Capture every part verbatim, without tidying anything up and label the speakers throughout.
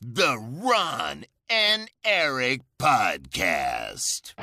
Speaker 1: The Ron and Eric Podcast.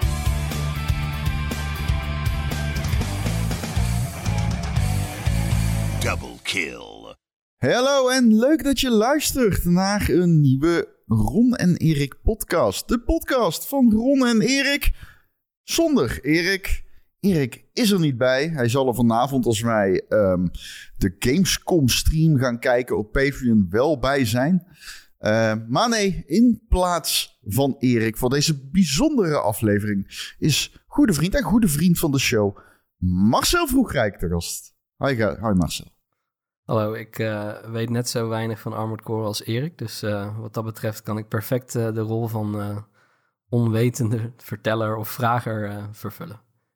Speaker 1: Double kill.
Speaker 2: Hallo en leuk dat je luistert naar een nieuwe Ron en Erik podcast. De podcast van Ron en Erik zonder Erik. Erik is er niet bij. Hij zal er vanavond als wij um, de Gamescom stream gaan kijken op Patreon wel bij zijn. Uh, maar nee, in plaats van Erik voor deze bijzondere aflevering is goede vriend en goede vriend van de show Marcel Vroegrijk te gast. Hoi, hoi Marcel.
Speaker 3: Hallo, ik uh, weet net zo weinig van Armored Core als Erik. Dus uh, wat dat betreft kan ik perfect uh, de rol van uh, onwetende verteller of vrager uh, vervullen.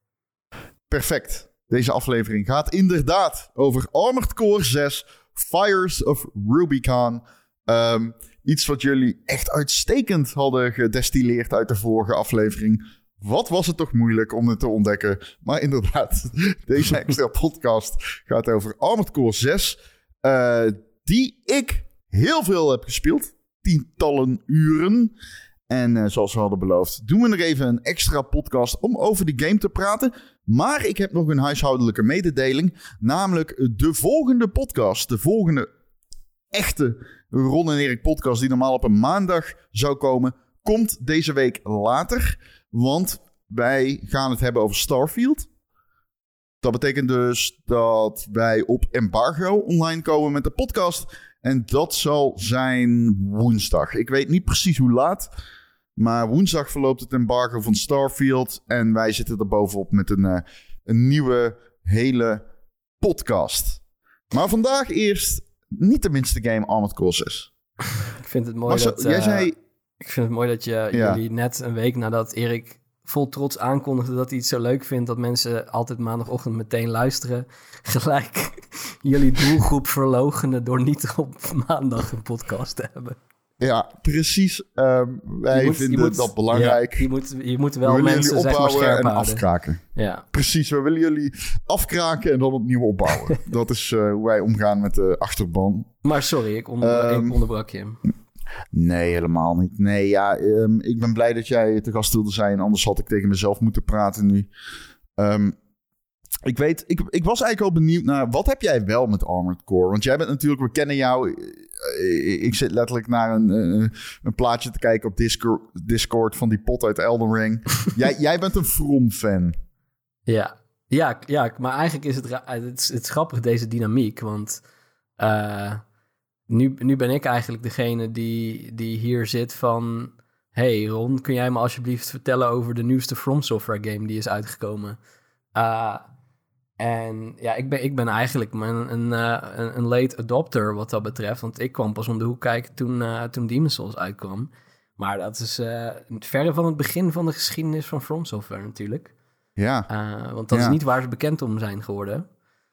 Speaker 2: Perfect. Deze aflevering gaat inderdaad over Armored Core zes, Fires of Rubicon. Um, iets wat jullie echt uitstekend hadden gedestilleerd uit de vorige aflevering. Wat was het toch moeilijk om het te ontdekken. Maar inderdaad, deze extra podcast gaat over Armored Core zes. Uh, die ik heel veel heb gespeeld. Tientallen uren. En uh, zoals we hadden beloofd, doen we nog even een extra podcast om over die game te praten. Maar ik heb nog een huishoudelijke mededeling. Namelijk de volgende podcast. De volgende echte Ron en Erik podcast die normaal op een maandag zou komen, komt deze week later. Want wij gaan het hebben over Starfield. Dat betekent dus dat wij op embargo online komen met de podcast. En dat zal zijn woensdag. Ik weet niet precies hoe laat. Maar woensdag verloopt het embargo van Starfield. En wij zitten er bovenop met een, uh, een nieuwe hele podcast. Maar vandaag eerst niet de minste game Armored Core zes.
Speaker 3: Ik vind het mooi
Speaker 2: Marcel,
Speaker 3: dat... Uh,
Speaker 2: jij zei...
Speaker 3: Ik vind het mooi dat je,
Speaker 2: ja.
Speaker 3: jullie net een week nadat Erik vol trots aankondigde dat hij het zo leuk vindt dat mensen altijd maandagochtend meteen luisteren, gelijk jullie doelgroep verloochenen door niet op maandag een podcast te hebben.
Speaker 2: Ja, precies. Um, wij moet, vinden moet, dat belangrijk.
Speaker 3: Ja, je, moet, je moet wel mensen zeg maar scherp
Speaker 2: en
Speaker 3: houden.
Speaker 2: Afkraken.
Speaker 3: Ja.
Speaker 2: Precies, we willen jullie afkraken en dan opnieuw opbouwen. Dat is uh, hoe wij omgaan met de achterban.
Speaker 3: Maar sorry, ik, onder, um, ik onderbrak je.
Speaker 2: Nee, helemaal niet. Nee, ja, um, ik ben blij dat jij te gast wilde zijn. Anders had ik tegen mezelf moeten praten nu. Um, ik weet, ik, ik was eigenlijk al benieuwd naar... Wat heb jij wel met Armored Core? Want jij bent natuurlijk... We kennen jou. Ik zit letterlijk naar een, een, een plaatje te kijken op Discord, Discord van die pot uit Elden Ring. jij, jij bent een From-fan.
Speaker 3: Ja. Ja, ja, maar eigenlijk is het, het, is, het is grappig, deze dynamiek. Want... Uh, Nu, nu ben ik eigenlijk degene die, die hier zit van... Hey Ron, kun jij me alsjeblieft vertellen over de nieuwste From Software game die is uitgekomen? Uh, en ja, ik ben, ik ben eigenlijk een, een, een, een late adopter wat dat betreft. Want ik kwam pas om de hoek kijken toen, uh, toen Demon's Souls uitkwam. Maar dat is uh, verre van het begin van de geschiedenis van From Software natuurlijk.
Speaker 2: Ja.
Speaker 3: Uh, want dat
Speaker 2: ja.
Speaker 3: is niet waar ze bekend om zijn geworden.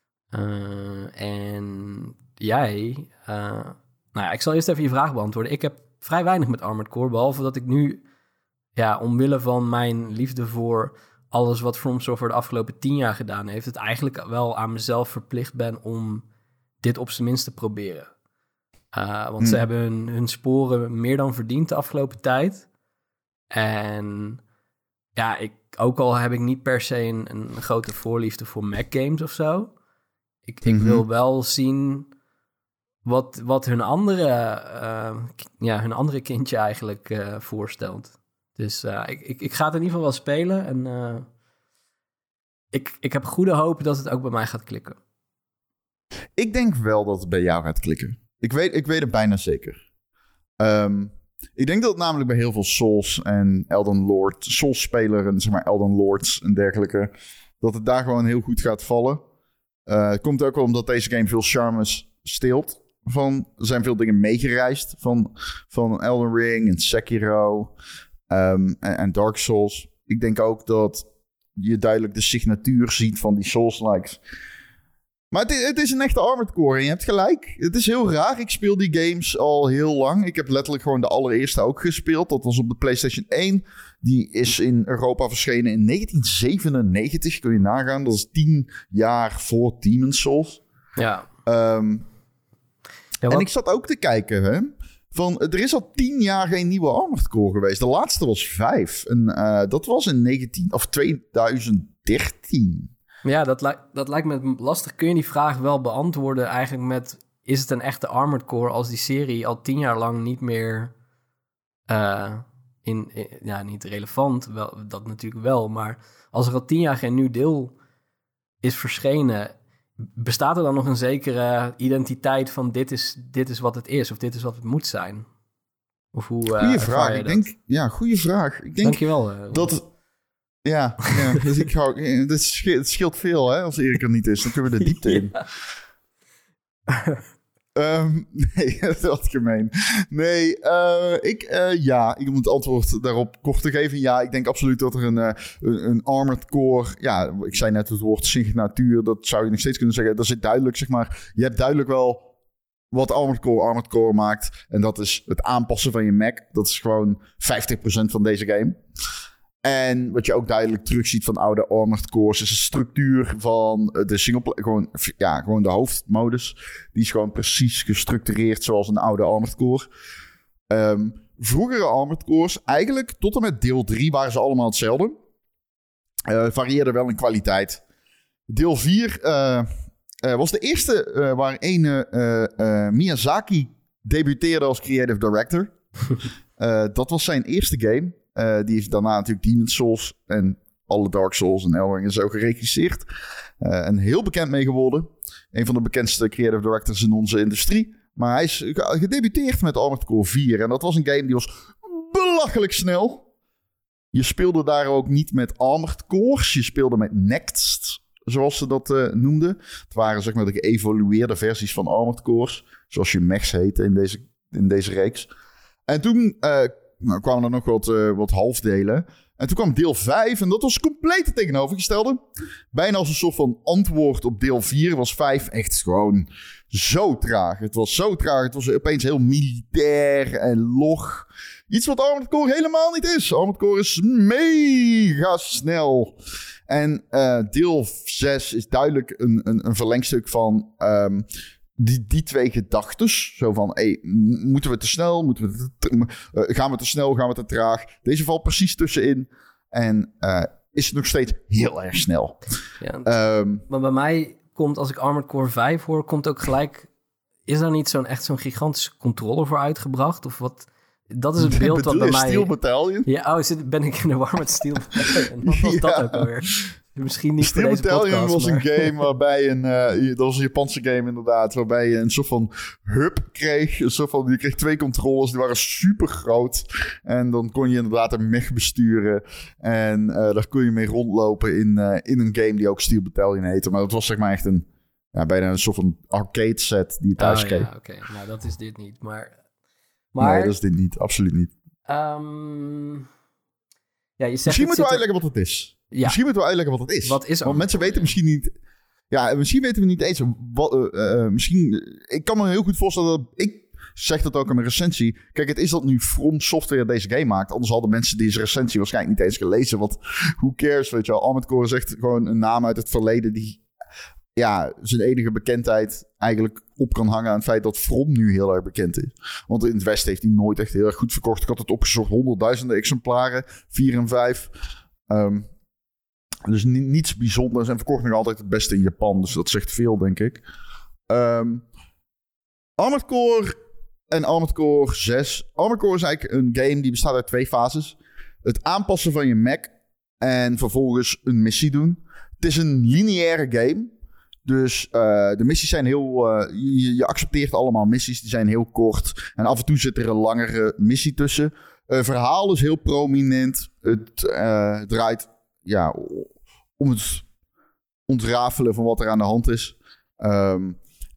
Speaker 3: Uh, en... Jij, uh, nou ja, ik zal eerst even je vraag beantwoorden. Ik heb vrij weinig met Armored Core, behalve dat ik nu, ja, omwille van mijn liefde voor alles wat From Software de afgelopen tien jaar gedaan heeft, het eigenlijk wel aan mezelf verplicht ben om dit op zijn minst te proberen. Uh, want hmm. ze hebben hun, hun sporen meer dan verdiend de afgelopen tijd. En ja, ik, ook al heb ik niet per se een, een grote voorliefde voor Mac games of zo. Ik, mm-hmm. ik wil wel zien... Wat, wat hun, andere, uh, ja, hun andere kindje eigenlijk uh, voorstelt. Dus uh, ik, ik, ik ga het in ieder geval wel spelen. En uh, ik, ik heb goede hoop dat het ook bij mij gaat klikken.
Speaker 2: Ik denk wel dat het bij jou gaat klikken. Ik weet, ik weet het bijna zeker. Um, ik denk dat het namelijk bij heel veel Souls en Elden Lord... Souls-speler en zeg maar Elden Lords en dergelijke... dat het daar gewoon heel goed gaat vallen. Uh, het komt ook wel omdat deze game veel charmes steelt. Van, er zijn veel dingen meegereisd van, van Elden Ring en Sekiro um, en, en Dark Souls. Ik denk ook dat je duidelijk de signatuur ziet van die Souls-likes. Maar het is, het is een echte Armored Core en je hebt gelijk. Het is heel raar. Ik speel die games al heel lang. Ik heb letterlijk gewoon de allereerste ook gespeeld. Dat was op de PlayStation één. Die is in Europa verschenen in negentien zevenennegentig. Kun je nagaan. Dat is tien jaar voor Demon's Souls.
Speaker 3: Ja.
Speaker 2: Um, ja en ik zat ook te kijken, hè. van... Er is al tien jaar geen nieuwe Armored Core geweest. De laatste was vijf. En uh, dat was in negentien of twintig dertien.
Speaker 3: Ja, dat, li- dat lijkt me lastig. Kun je die vraag wel beantwoorden eigenlijk met... Is het een echte Armored Core als die serie al tien jaar lang niet meer... Uh, in, in, ja, niet relevant, wel, dat natuurlijk wel. Maar als er al tien jaar geen nieuw deel is verschenen... Bestaat er dan nog een zekere identiteit van dit is, dit is wat het is... of dit is wat het moet zijn? Of hoe, uh,
Speaker 2: goeie vraag. Ik
Speaker 3: dat?
Speaker 2: denk, ja, goede vraag. Ik denk
Speaker 3: Dankjewel. Uh,
Speaker 2: dat het, ja, ja dus ik hou, het, scheelt, het scheelt veel hè, als Erik er niet is. Dan kunnen we de diepte in. um, nee, dat was gemeen. Nee, uh, ik, uh, ja, ik moet het antwoord daarop kort te geven. Ja, ik denk absoluut dat er een, uh, een, een Armored Core... Ja, ik zei net het woord signatuur. Dat zou je nog steeds kunnen zeggen. Dat zit duidelijk, zeg maar... Je hebt duidelijk wel wat Armored Core Armored Core maakt. En dat is het aanpassen van je Mac. Dat is gewoon vijftig procent van deze game. En wat je ook duidelijk terugziet van oude Armored Cores... is de structuur van de singleplayer... Gewoon, ja, gewoon de hoofdmodus. Die is gewoon precies gestructureerd zoals een oude Armored Core. Um, vroegere Armored Cores, eigenlijk tot en met deel drie... waren ze allemaal hetzelfde. Uh, varieerde wel in kwaliteit. Deel vier uh, uh, was de eerste uh, waar een uh, uh, Miyazaki debuteerde als creative director. uh, dat was zijn eerste game... Uh, die heeft daarna natuurlijk Demon's Souls en alle Dark Souls en Elden Ring en zo geregisseerd. Uh, en heel bekend mee geworden. Een van de bekendste creative directors in onze industrie. Maar hij is gedebuteerd met Armored Core vier. En dat was een game die was belachelijk snel. Je speelde daar ook niet met Armored Cores. Je speelde met Next, zoals ze dat uh, noemden. Het waren zeg maar de geëvolueerde versies van Armored Cores. Zoals je mechs heten in deze, in deze reeks. En toen... Uh, Nou, kwamen er nog wat, uh, wat halfdelen. En toen kwam deel vijf en dat was compleet het tegenovergestelde. Bijna als een soort van antwoord op deel vier was vijf echt gewoon zo traag. Het was zo traag. Het was opeens heel militair en log. Iets wat Armored Core helemaal niet is. Armored Core is mega snel. En uh, deel zes is duidelijk een, een, een verlengstuk van... Um, Die, die twee gedachtes. Zo van, hey, moeten we te snel? Moeten we te, uh, gaan we te snel? Gaan we te traag? Deze valt precies tussenin. En uh, is het nog steeds heel erg snel.
Speaker 3: Ja, um, maar bij mij komt, als ik Armored Core vijf hoor... komt ook gelijk... Is daar niet zo'n echt zo'n gigantische controller voor uitgebracht? Of wat? Dat is het beeld wat bij mij...
Speaker 2: Steel Battalion?
Speaker 3: Ja, oh, zit, ben ik in de war met Steel Battalion? Wat was ja. dat ook alweer? Misschien niet
Speaker 2: Steel
Speaker 3: voor deze
Speaker 2: Battalion
Speaker 3: podcast,
Speaker 2: was
Speaker 3: maar...
Speaker 2: een game waarbij een... Uh, dat was een Japanse game inderdaad. Waarbij je een soort van hub kreeg. Een soort van, je kreeg twee controllers. Die waren super groot. En dan kon je inderdaad een mech besturen. En uh, daar kon je mee rondlopen in, uh, in een game die ook Steel Battalion heette. Maar dat was zeg maar echt een... Ja, bijna een soort van arcade set die je thuis
Speaker 3: oh,
Speaker 2: kreeg.
Speaker 3: Ja, oké. Okay. Nou, dat is dit niet. Maar... maar...
Speaker 2: Nee, dat is dit niet. Absoluut niet.
Speaker 3: Um... Ja, je zegt
Speaker 2: Misschien moeten we
Speaker 3: er...
Speaker 2: uitleggen wat het is.
Speaker 3: Ja.
Speaker 2: Misschien moeten we uitleggen wat het is.
Speaker 3: Wat is
Speaker 2: Want mensen weten misschien niet... Ja, misschien weten we niet eens... Wat, uh, uh, misschien... Ik kan me heel goed voorstellen dat... Ik zeg dat ook in mijn recensie. Kijk, het is dat nu From Software deze game maakt. Anders hadden mensen deze recensie waarschijnlijk niet eens gelezen. Want who cares, weet je wel. Armored Core is echt gewoon een naam uit het verleden... die ja, zijn enige bekendheid eigenlijk op kan hangen aan het feit dat From nu heel erg bekend is. Want in het Westen heeft hij nooit echt heel erg goed verkocht. Ik had het opgezocht, honderdduizenden exemplaren, vier en vijf. Um, dus ni- niets bijzonders en verkocht nog altijd het beste in Japan. Dus dat zegt veel, denk ik. Um, Armored Core en Armored Core zes. Armored Core is eigenlijk een game die bestaat uit twee fases. Het aanpassen van je Mac en vervolgens een missie doen. Het is een lineaire game. Dus uh, de missies zijn heel... Uh, je, je accepteert allemaal missies, die zijn heel kort. En af en toe zit er een langere missie tussen. Het uh, verhaal is heel prominent. Het uh, draait ja, om het ontrafelen van wat er aan de hand is. Um,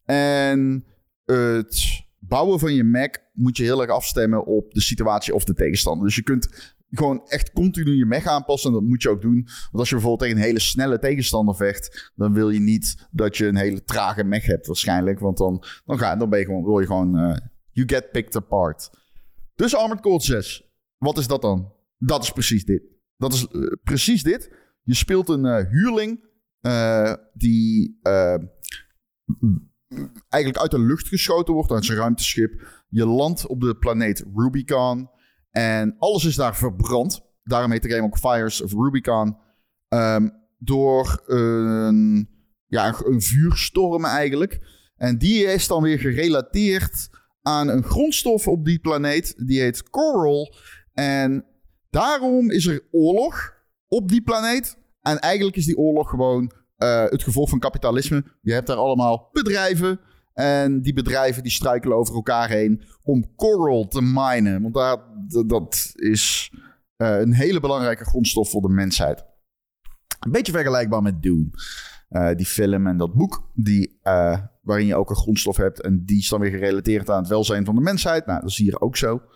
Speaker 2: en het bouwen van je Mac moet je heel erg afstemmen op de situatie of de tegenstander. Dus je kunt gewoon echt continu je mech aanpassen. En dat moet je ook doen. Want als je bijvoorbeeld tegen een hele snelle tegenstander vecht, dan wil je niet dat je een hele trage mech hebt waarschijnlijk. Want dan, dan, ga, dan ben je gewoon, wil je gewoon... Uh, you get picked apart. Dus Armored Core zes. Wat is dat dan? Dat is precies dit. Dat is uh, precies dit. Je speelt een uh, huurling uh, die uh, eigenlijk uit de lucht geschoten wordt. Dat is een ruimteschip. Je landt op de planeet Rubicon. En alles is daar verbrand. Daarom heet de game ook Fires of Rubicon. Um, door een, ja, een, een vuurstorm eigenlijk. En die is dan weer gerelateerd aan een grondstof op die planeet. Die heet coral. En daarom is er oorlog op die planeet. En eigenlijk is die oorlog gewoon uh, het gevolg van kapitalisme. Je hebt daar allemaal bedrijven. En die bedrijven die struikelen over elkaar heen om coral te minen. Want daar, d- dat is uh, een hele belangrijke grondstof voor de mensheid. Een beetje vergelijkbaar met Dune. Uh, die film en dat boek die, uh, waarin je ook een grondstof hebt. En die is dan weer gerelateerd aan het welzijn van de mensheid. Nou, dat is hier ook zo.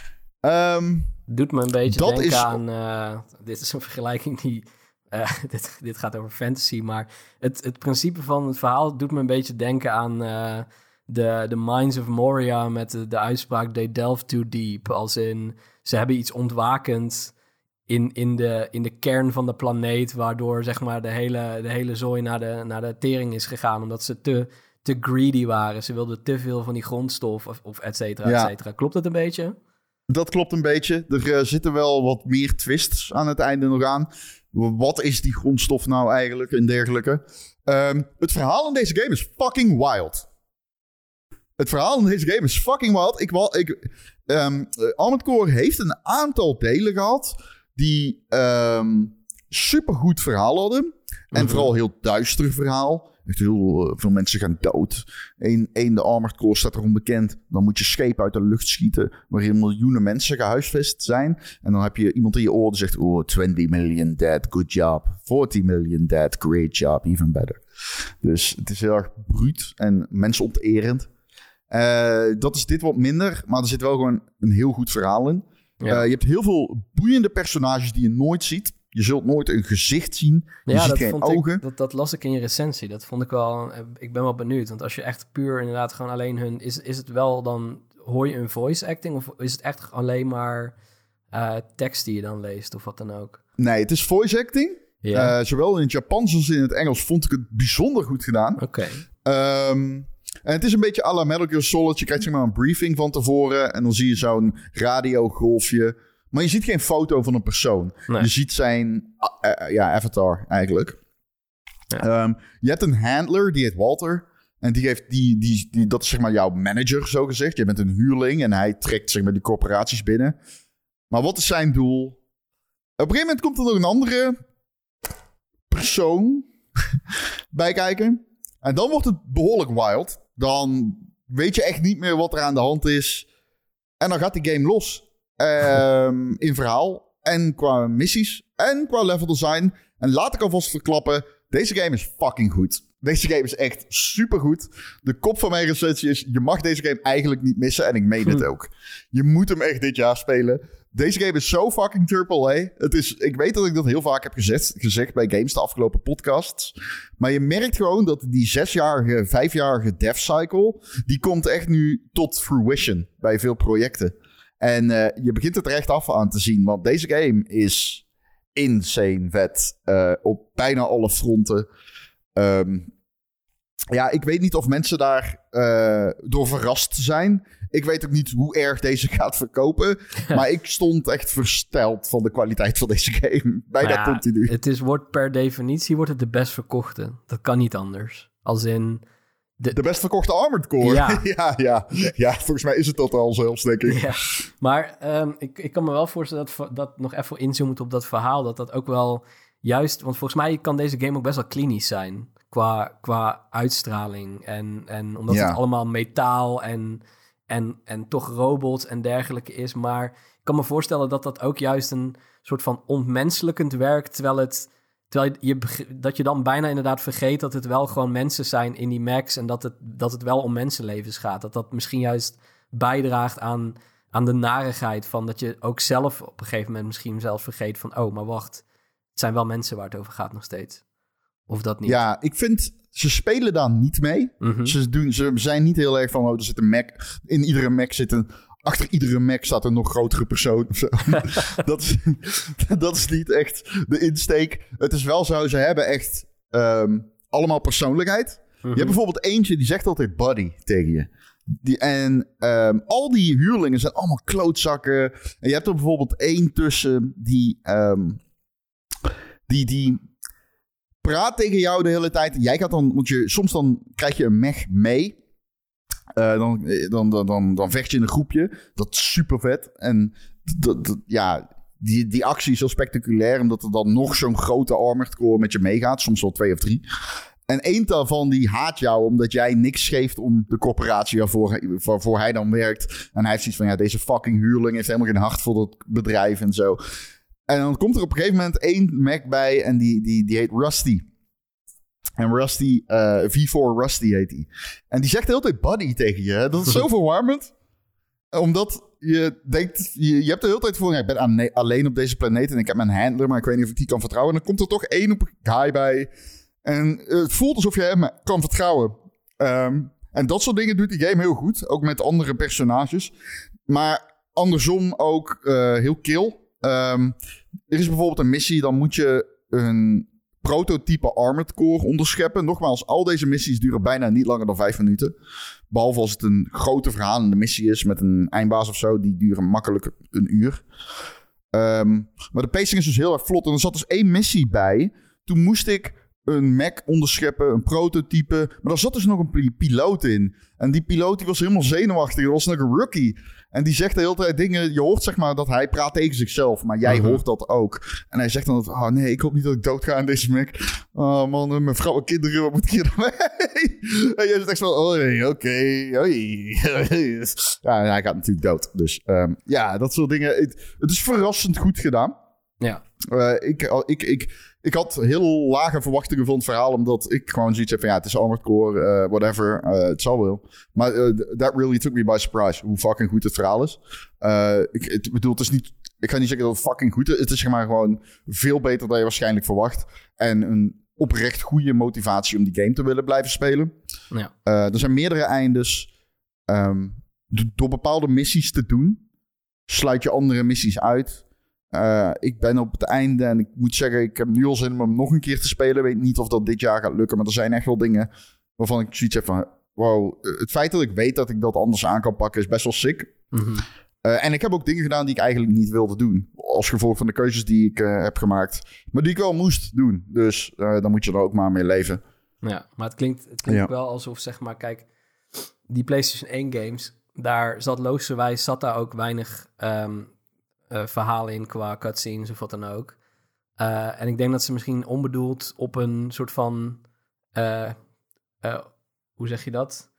Speaker 2: Um,
Speaker 3: Doet me een beetje
Speaker 2: dat
Speaker 3: denken
Speaker 2: is...
Speaker 3: aan... Uh, dit is een vergelijking die... Uh, dit, dit gaat over fantasy, maar het, het principe van het verhaal doet me een beetje denken aan uh, de, de Mines of Moria met de, de uitspraak they delve too deep. Als in, ze hebben iets ontwakend in, in, de, in de kern van de planeet, waardoor zeg maar de hele, de hele zooi naar de, naar de tering is gegaan, omdat ze te, te greedy waren. Ze wilden te veel van die grondstof of, of et cetera, et cetera. Klopt dat een beetje?
Speaker 2: Dat klopt een beetje. Er uh, zitten wel wat meer twists aan het einde nog aan. Wat is die grondstof nou eigenlijk en dergelijke? Um, het verhaal in deze game is fucking wild. Het verhaal in deze game is fucking wild. Ik, ik, um, Armored Core heeft een aantal delen gehad die um, supergoed verhaal hadden. Mm-hmm. En vooral heel duister verhaal. Echt heel uh, veel mensen gaan dood. Eén, één de Armored Core staat erom bekend. Dan moet je schepen uit de lucht schieten waarin miljoenen mensen gehuisvest zijn. En dan heb je iemand in je oor die zegt... Oh, twenty million dead, good job. forty million dead, great job, even better. Dus het is heel erg bruut en mensonterend. Uh, dat is dit wat minder, maar er zit wel gewoon een heel goed verhaal in. Ja. Uh, je hebt heel veel boeiende personages die je nooit ziet. Je zult nooit een gezicht zien. Je
Speaker 3: ja,
Speaker 2: ziet
Speaker 3: dat
Speaker 2: geen
Speaker 3: vond
Speaker 2: ogen.
Speaker 3: Ik, dat, dat las ik in je recensie. Dat vond ik wel... Ik ben wel benieuwd. Want als je echt puur inderdaad gewoon alleen hun... Is, is het wel dan... Hoor je een voice acting? Of is het echt alleen maar uh, tekst die je dan leest? Of wat dan ook?
Speaker 2: Nee, het is voice acting. Ja. Uh, zowel in het Japans als in het Engels vond ik het bijzonder goed gedaan.
Speaker 3: Oké. Okay.
Speaker 2: Um, en het is een beetje à la Metal Gear Solid. Je krijgt zeg maar een briefing van tevoren. En dan zie je zo'n radiogolfje. Maar je ziet geen foto van een persoon. Nee. Je ziet zijn uh, uh, ja, avatar eigenlijk. Ja. Um, je hebt een handler, die heet Walter. En die heeft die, die, die, dat is zeg maar jouw manager, zo gezegd. Je bent een huurling en hij trekt zeg maar die corporaties binnen. Maar wat is zijn doel? Op een gegeven moment komt er nog een andere persoon bij kijken. En dan wordt het behoorlijk wild. Dan weet je echt niet meer wat er aan de hand is. En dan gaat die game los. Um, in verhaal en qua missies en qua level design. En laat ik alvast verklappen, deze game is fucking goed. Deze game is echt supergoed. De kop van mijn recensie is, je mag deze game eigenlijk niet missen. En ik meen het ook. Je moet hem echt dit jaar spelen. Deze game is zo fucking triple A. Het is, ik weet dat ik dat heel vaak heb gezegd, gezegd bij games de afgelopen podcasts. Maar je merkt gewoon dat die zesjarige, vijfjarige dev cycle, die komt echt nu tot fruition bij veel projecten. En uh, je begint het er echt af aan te zien. Want deze game is insane vet. Uh, op bijna alle fronten. Um, ja, ik weet niet of mensen daar uh, door verrast zijn. Ik weet ook niet hoe erg deze gaat verkopen. Maar ik stond echt versteld van de kwaliteit van deze game. Bijna ja, continu.
Speaker 3: Het is, wordt per definitie wordt het de best verkochte. Dat kan niet anders. Als in...
Speaker 2: De, de best verkochte Armored Core. Ja. ja, ja. ja, volgens mij is het dat al zelfs, denk ik.
Speaker 3: Ja. Maar um, ik, ik kan me wel voorstellen dat, dat nog even inzoomt op dat verhaal, dat dat ook wel juist... Want volgens mij kan deze game ook best wel klinisch zijn qua, qua uitstraling. En, en omdat ja. het allemaal metaal en, en, en toch robots en dergelijke is. Maar ik kan me voorstellen dat dat ook juist een soort van ontmenselijkend werkt, terwijl het... Terwijl je, dat je dan bijna inderdaad vergeet dat het wel gewoon mensen zijn in die mechs en dat het, dat het wel om mensenlevens gaat. Dat dat misschien juist bijdraagt aan, aan de narigheid van dat je ook zelf op een gegeven moment misschien zelf vergeet van oh, maar wacht, het zijn wel mensen waar het over gaat nog steeds. Of dat niet?
Speaker 2: Ja, ik vind, ze spelen daar niet mee. Mm-hmm. Ze, doen, ze zijn niet heel erg van, oh, er zit een mech. In iedere mech zit een... Achter iedere mech staat een nog grotere persoon of zo. dat, is, dat is niet echt de insteek. Het is wel zo, ze hebben echt um, allemaal persoonlijkheid. Je hebt bijvoorbeeld eentje die zegt altijd buddy tegen je. Die, en um, al die huurlingen zijn allemaal klootzakken. En je hebt er bijvoorbeeld één tussen die, um, die, die praat tegen jou de hele tijd. Jij gaat dan, want je, soms dan krijg je een mech mee. Uh, dan, dan, dan, dan, dan vecht je in een groepje. Dat is super vet. En dat, dat, ja, die, die actie is heel spectaculair. Omdat er dan nog zo'n grote armored core met je meegaat. Soms wel twee of drie. En één daarvan die haat jou omdat jij niks geeft om de corporatie waarvoor, waarvoor hij dan werkt. En hij heeft zoiets van, ja, deze fucking huurling heeft helemaal geen hart voor dat bedrijf en zo. En dan komt er op een gegeven moment één Mac bij en die, die, die heet Rusty. En Rusty, uh, V vier Rusty heet die. En die zegt de hele tijd buddy tegen je. Hè? Dat is zo verwarmend. Omdat je denkt, je, je hebt de hele tijd voor, ja, ik ben aan, alleen op deze planeet en ik heb mijn handler, maar ik weet niet of ik die kan vertrouwen. En dan komt er toch één op guy bij. En uh, het voelt alsof je hem kan vertrouwen. Um, en dat soort dingen doet die game heel goed. Ook met andere personages. Maar andersom ook uh, heel kill. Um, er is bijvoorbeeld een missie, dan moet je een prototype armored core onderscheppen. Nogmaals, al deze missies duren bijna niet langer dan vijf minuten. Behalve als het een grote verhalende missie is met een eindbaas of zo. Die duren makkelijk een uur. Um, maar de pacing is dus heel erg vlot. En er zat dus één missie bij. Toen moest ik een Mac onderscheppen, een prototype. Maar daar zat dus nog een piloot in. En die piloot die was helemaal zenuwachtig. Dat was nog een rookie. En die zegt de hele tijd dingen. Je hoort zeg maar dat hij praat tegen zichzelf. Maar jij uh-huh. hoort dat ook. En hij zegt dan, oh nee, ik hoop niet dat ik dood ga in deze Mac. Oh man, mijn vrouw en kinderen, wat moet ik hier nou mee? En jij zegt echt van, oh nee, oké. Okay, ja, hij gaat natuurlijk dood. Dus um, ja, dat soort dingen. Het, het is verrassend goed gedaan.
Speaker 3: Ja.
Speaker 2: Uh, ik, ik, ik, ik had heel lage verwachtingen van het verhaal, omdat ik gewoon zoiets heb van, ja, het is armored core, uh, whatever, uh, het zal wel. Maar uh, that really took me by surprise, hoe fucking goed het verhaal is. Uh, ik het, bedoel, het is niet, ik ga niet zeggen dat het fucking goed is, het is zeg maar gewoon veel beter dan je waarschijnlijk verwacht. En een oprecht goede motivatie om die game te willen blijven spelen.
Speaker 3: Ja.
Speaker 2: Uh, er zijn meerdere eindes. Um, door bepaalde missies te doen, sluit je andere missies uit. Uh, ik ben op het einde en ik moet zeggen, ik heb nu al zin om hem nog een keer te spelen. Ik weet niet of dat dit jaar gaat lukken, maar er zijn echt wel dingen waarvan ik zoiets heb van, wow, het feit dat ik weet dat ik dat anders aan kan pakken is best wel sick.
Speaker 3: Mm-hmm.
Speaker 2: Uh, en ik heb ook dingen gedaan die ik eigenlijk niet wilde doen. Als gevolg van de keuzes die ik uh, heb gemaakt. Maar die ik wel moest doen. Dus uh, dan moet je er ook maar mee leven.
Speaker 3: Ja, maar het klinkt, het klinkt
Speaker 2: ja.
Speaker 3: wel alsof, zeg maar, kijk, die PlayStation één games, daar zat logischerwijs zat daar ook weinig um, uh, verhalen in qua cutscenes of wat dan ook. Uh, en ik denk dat ze misschien onbedoeld op een soort van, uh, uh, hoe zeg je dat?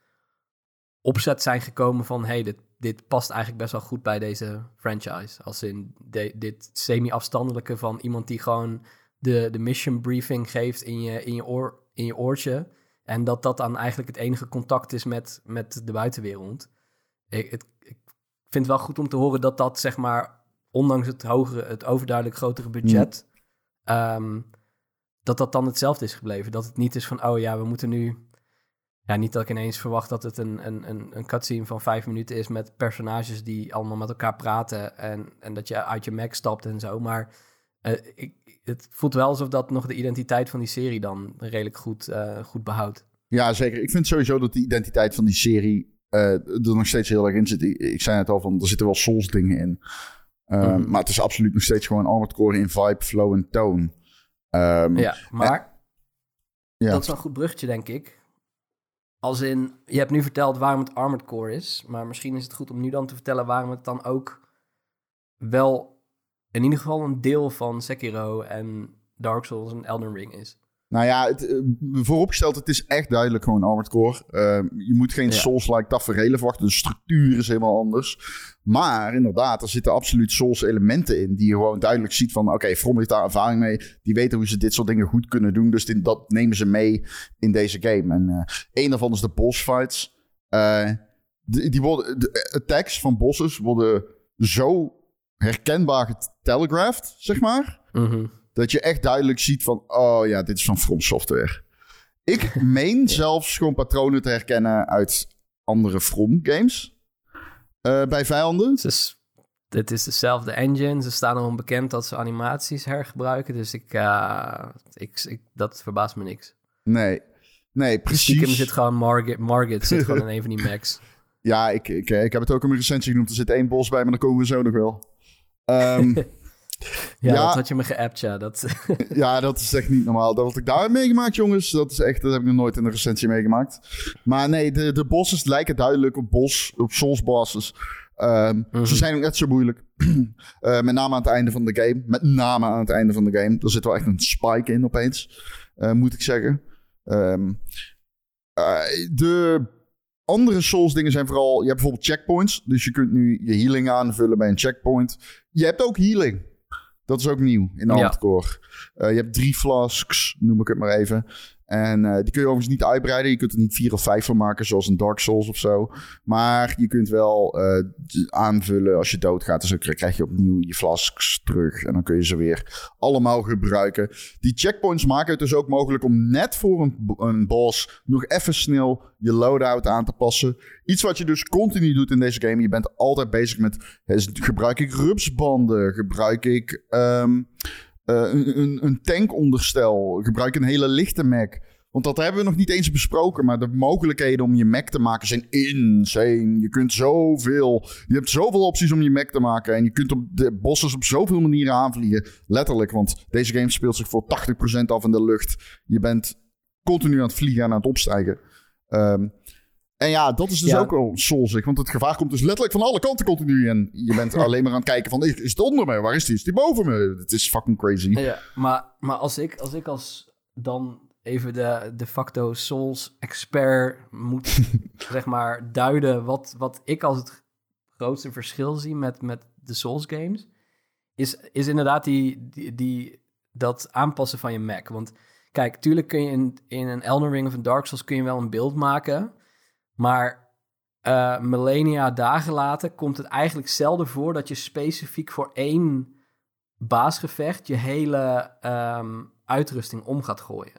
Speaker 3: Opzet zijn gekomen van, hey, dit, dit past eigenlijk best wel goed bij deze franchise. Als in de, dit semi-afstandelijke van iemand die gewoon de, de mission briefing geeft in je, in je, oor, in je oortje. En dat dat dan eigenlijk het enige contact is met, met de buitenwereld. Ik, het, ik vind het wel goed om te horen dat dat, zeg maar, ondanks het hogere, het overduidelijk grotere budget, ja. um, dat dat dan hetzelfde is gebleven. Dat het niet is van, oh ja, we moeten nu... Ja, niet dat ik ineens verwacht dat het een, een, een, een cutscene van vijf minuten is met personages die allemaal met elkaar praten en, en dat je uit je Mac stapt en zo. Maar uh, ik, het voelt wel alsof dat nog de identiteit van die serie dan redelijk goed, uh, goed behoudt.
Speaker 2: Ja, zeker. Ik vind sowieso dat de identiteit van die serie uh, er nog steeds heel erg in zit. Ik, ik zei het al, van er zitten wel Souls dingen in. Um, mm-hmm. Maar het is absoluut nog steeds gewoon Armored Core in vibe, flow en tone. Um,
Speaker 3: ja, maar en,
Speaker 2: ja.
Speaker 3: dat is wel een goed bruggetje, denk ik. Als in, je hebt nu verteld waarom het Armored Core is, maar misschien is het goed om nu dan te vertellen waarom het dan ook wel in ieder geval een deel van Sekiro en Dark Souls en Elden Ring is.
Speaker 2: Nou ja, het, uh, vooropgesteld, het is echt duidelijk gewoon Armored Core. Uh, je moet geen ja. Souls-like taferelen verwachten. De structuur is helemaal anders. Maar inderdaad, er zitten absoluut Souls-elementen in die je gewoon duidelijk ziet van, oké, okay, From heeft daar ervaring mee. Die weten hoe ze dit soort dingen goed kunnen doen. Dus dit, dat nemen ze mee in deze game. En uh, een daarvan is de boss fights. Uh, die, die worden, de attacks van bosses worden zo herkenbaar getelegraphed, zeg maar.
Speaker 3: Mhm.
Speaker 2: Dat je echt duidelijk ziet van, oh ja, dit is van From Software. Ik meen ja. zelfs gewoon patronen te herkennen uit andere From games. Uh, bij vijanden.
Speaker 3: Dus dit is dezelfde engine. Ze staan erom bekend dat ze animaties hergebruiken. Dus ik, uh, ik, ik, dat verbaast me niks.
Speaker 2: Nee. Nee, precies.
Speaker 3: Stiekem zit gewoon Margit, Margit zit gewoon in een van die mechs.
Speaker 2: Ja, ik, ik, ik heb het ook in mijn recensie genoemd. Er zit één bos bij, maar daar komen we zo nog wel. Um,
Speaker 3: ja, ja, dat had je me geappt, ja. Dat...
Speaker 2: ja, dat is echt niet normaal. Dat wat ik daar heb meegemaakt, jongens, dat is echt, dat heb ik nog nooit in een recensie meegemaakt. Maar nee, de, de bosses lijken duidelijk op bos, op Souls bosses. Um, mm-hmm. Ze zijn ook net zo moeilijk. uh, met name aan het einde van de game. Met name aan het einde van de game. Er zit wel echt een spike in opeens, uh, moet ik zeggen. Um, uh, de andere Souls dingen zijn vooral... Je hebt bijvoorbeeld checkpoints. Dus je kunt nu je healing aanvullen bij een checkpoint. Je hebt ook healing. Dat is ook nieuw in de hardcore. Ja. Uh, je hebt drie flasks, noem ik het maar even. En uh, die kun je overigens niet uitbreiden. Je kunt er niet vier of vijf van maken, zoals een Dark Souls of zo. Maar je kunt wel uh, aanvullen als je doodgaat. Dus dan krijg je opnieuw je flasks terug. En dan kun je ze weer allemaal gebruiken. Die checkpoints maken het dus ook mogelijk om net voor een, een boss nog even snel je loadout aan te passen. Iets wat je dus continu doet in deze game. Je bent altijd bezig met... Gebruik ik rupsbanden? Gebruik ik... Um, Uh, een, een, een tankonderstel. Gebruik een hele lichte Mac. Want dat hebben we nog niet eens besproken. Maar de mogelijkheden om je Mac te maken zijn insane. Je kunt zoveel... Je hebt zoveel opties om je Mac te maken. En je kunt op de bosses op zoveel manieren aanvliegen. Letterlijk. Want deze game speelt zich voor tachtig procent af in de lucht. Je bent continu aan het vliegen en aan het opstijgen. Um, En ja, dat is dus ja. ook wel soulsig. Want het gevaar komt dus letterlijk van alle kanten continu. En je bent alleen maar aan het kijken van... Is het onder me? Waar is die? Is die boven me? Het is fucking crazy.
Speaker 3: Ja, maar, maar als ik als, ik als dan even de de facto Souls-expert moet zeg maar duiden... Wat, wat ik als het grootste verschil zie met, met de Souls-games... Is, is inderdaad die, die, die, dat aanpassen van je Mac. Want kijk, tuurlijk kun je in, in een Elden Ring of een Dark Souls... kun je wel een beeld maken... Maar uh, millennia dagen later komt het eigenlijk zelden voor... dat je specifiek voor één baasgevecht... je hele um, uitrusting om gaat gooien.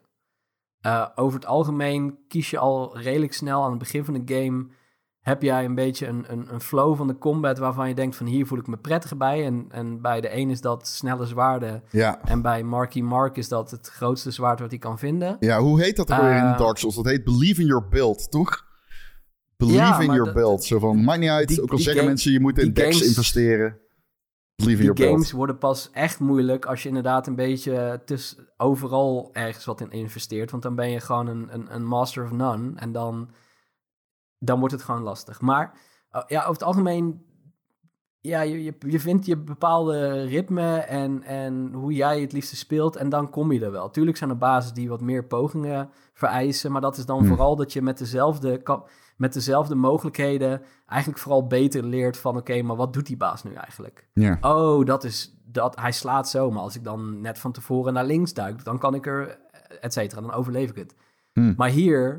Speaker 3: Uh, over het algemeen kies je al redelijk snel aan het begin van de game... heb jij een beetje een, een, een flow van de combat... waarvan je denkt van hier voel ik me prettig bij. En, en bij de een is dat snelle zwaarden. Ja. En bij Marky Mark is dat het grootste zwaard wat hij kan vinden.
Speaker 2: Ja, hoe heet dat er weer uh, in Dark Souls? Dat heet Believe in Your Build, toch? Believe ja, in your build. Zo van, maakt niet uit. Die, ook al zeggen game, mensen, je moet in decks games, investeren. Believe in your build. Die games
Speaker 3: worden pas echt moeilijk als je inderdaad een beetje tuss- overal ergens wat in investeert. Want dan ben je gewoon een, een, een master of none. En dan, dan wordt het gewoon lastig. Maar uh, ja, over het algemeen... Ja, je, je, je vindt je bepaalde ritme en, en hoe jij het liefste speelt. En dan kom je er wel. Tuurlijk zijn er bases die wat meer pogingen vereisen. Maar dat is dan hmm. vooral dat je met dezelfde... Kap- met dezelfde mogelijkheden eigenlijk vooral beter leert van... oké, okay, maar wat doet die baas nu eigenlijk?
Speaker 2: Ja.
Speaker 3: Oh, dat is dat hij slaat zo. Maar als ik dan net van tevoren naar links duik... dan kan ik er, et cetera, dan overleef ik het. Hmm. Maar hier,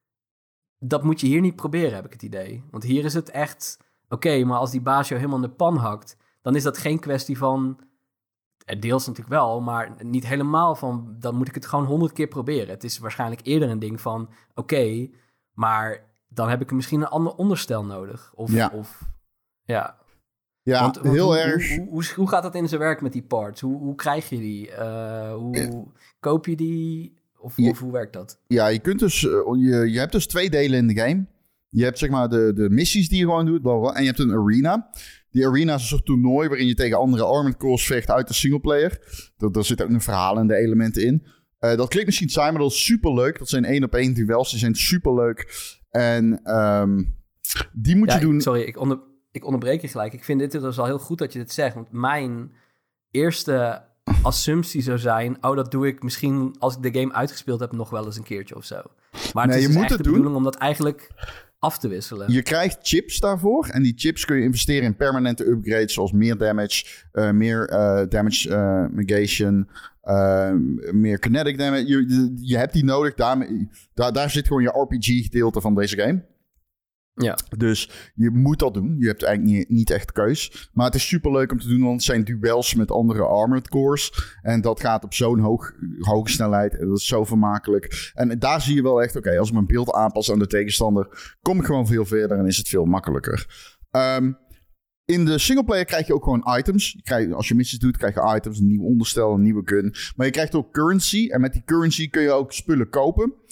Speaker 3: dat moet je hier niet proberen, heb ik het idee. Want hier is het echt... oké, okay, maar als die baas jou helemaal in de pan hakt... dan is dat geen kwestie van... deels natuurlijk wel, maar niet helemaal van... dan moet ik het gewoon honderd keer proberen. Het is waarschijnlijk eerder een ding van... oké, okay, maar... dan heb ik misschien een ander onderstel nodig. Of
Speaker 2: ja,
Speaker 3: of, ja.
Speaker 2: ja want, want heel
Speaker 3: hoe,
Speaker 2: erg.
Speaker 3: Hoe, hoe, hoe, hoe gaat dat in zijn werk met die parts? Hoe, hoe krijg je die? Uh, hoe ja. koop je die? Of,
Speaker 2: je,
Speaker 3: of hoe werkt dat?
Speaker 2: Ja, je kunt dus... Uh, je, je hebt dus twee delen in de game. Je hebt zeg maar de, de missies die je gewoon doet. Bla bla, en je hebt een arena. Die arena is een soort toernooi... waarin je tegen andere armored cores vecht uit de singleplayer. Daar zit ook een verhalende elementen in. Uh, dat klinkt misschien saai, maar dat is superleuk. Dat zijn één op één duels. Die zijn superleuk. En um, die moet
Speaker 3: ja,
Speaker 2: je doen...
Speaker 3: Sorry, ik, onder, ik onderbreek je gelijk. Ik vind dit dus al heel goed dat je dit zegt. Want mijn eerste assumptie zou zijn... oh, dat doe ik misschien als ik de game uitgespeeld heb... nog wel eens een keertje of zo. Maar het nee, is dus echt de doen. bedoeling om dat eigenlijk af te wisselen.
Speaker 2: Je krijgt chips daarvoor. En die chips kun je investeren in permanente upgrades... zoals meer damage, uh, meer uh, damage uh, negation... Uh, meer kinetic damage. Je, je hebt die nodig. Daar, daar, daar zit gewoon je R P G-gedeelte van deze game.
Speaker 3: Ja.
Speaker 2: Dus je moet dat doen. Je hebt eigenlijk niet, niet echt keus. Maar het is superleuk om te doen, want het zijn duels met andere armored cores. En dat gaat op zo'n hoog, hoge snelheid. En dat is zo vermakelijk. En daar zie je wel echt, oké, okay, als ik mijn beeld aanpas aan de tegenstander, kom ik gewoon veel verder en is het veel makkelijker. Um, In de singleplayer krijg je ook gewoon items. Je krijgt, als je missies doet, krijg je items, een nieuw onderstel, een nieuwe gun. Maar je krijgt ook currency. En met die currency kun je ook spullen kopen.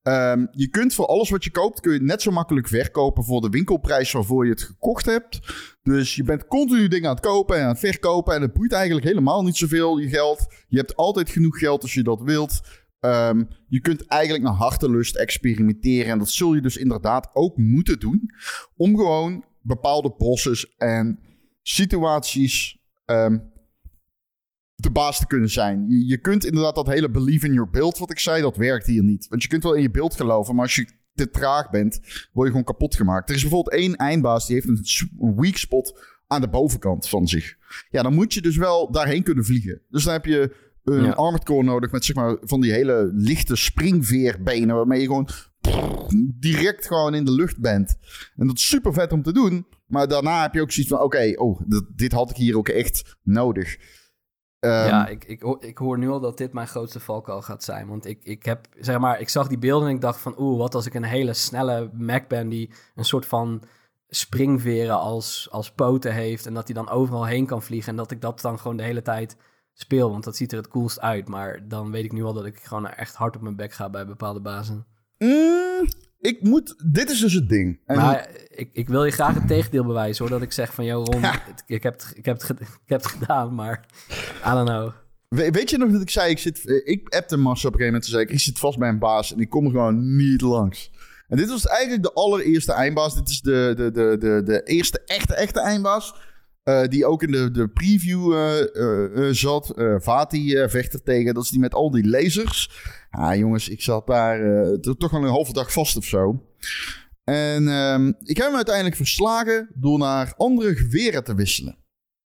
Speaker 2: Um, je kunt voor alles wat je koopt, kun je net zo makkelijk verkopen voor de winkelprijs waarvoor je het gekocht hebt. Dus je bent continu dingen aan het kopen en aan het verkopen. En het boeit eigenlijk helemaal niet zoveel, je geld. Je hebt altijd genoeg geld als je dat wilt. Um, je kunt eigenlijk naar hartelust experimenteren. En dat zul je dus inderdaad ook moeten doen. Om gewoon bepaalde bosses en situaties um, de baas te kunnen zijn. Je, je kunt inderdaad dat hele believe in your build, wat ik zei, dat werkt hier niet. Want je kunt wel in je beeld geloven, maar als je te traag bent, word je gewoon kapot gemaakt. Er is bijvoorbeeld één eindbaas, die heeft een, een weak spot aan de bovenkant van zich. Ja, dan moet je dus wel daarheen kunnen vliegen. Dus dan heb je een ja. armored core nodig met zeg maar van die hele lichte springveerbenen, waarmee je gewoon pff, direct gewoon in de lucht bent. En dat is super vet om te doen, maar daarna heb je ook zoiets van, oké, okay, oh, dit, dit had ik hier ook echt nodig. Um,
Speaker 3: ja, ik, ik, ik hoor nu al dat dit mijn grootste valkuil gaat zijn. Want ik, ik heb, zeg maar, ik zag die beelden en ik dacht van, oeh, wat als ik een hele snelle Mac ben die een soort van springveren als, als poten heeft en dat hij dan overal heen kan vliegen en dat ik dat dan gewoon de hele tijd speel, want dat ziet er het coolst uit. Maar dan weet ik nu al dat ik gewoon echt hard op mijn bek ga bij bepaalde bazen.
Speaker 2: Mm, ik moet, dit is dus het ding. En
Speaker 3: maar ik, ik wil je graag het tegendeel bewijzen, hoor. Dat ik zeg van, yo Ron, ja. het, ik, heb het, ik, heb het, ik heb het gedaan, maar I don't know.
Speaker 2: We, weet je nog dat ik zei, ik zit, ik appte Massa op een gegeven moment te zeggen, ik zit vast bij een baas en ik kom er gewoon niet langs. En dit was eigenlijk de allereerste eindbaas. Dit is de, de, de, de, de eerste echte, echte eindbaas. Uh, die ook in de, de preview uh, uh, uh, zat. Uh, Vati uh, vecht er tegen. Dat is die met al die lasers. Ja, jongens, ik zat daar uh, toch wel een halve dag vast of zo. En uh, ik heb hem uiteindelijk verslagen door naar andere geweren te wisselen.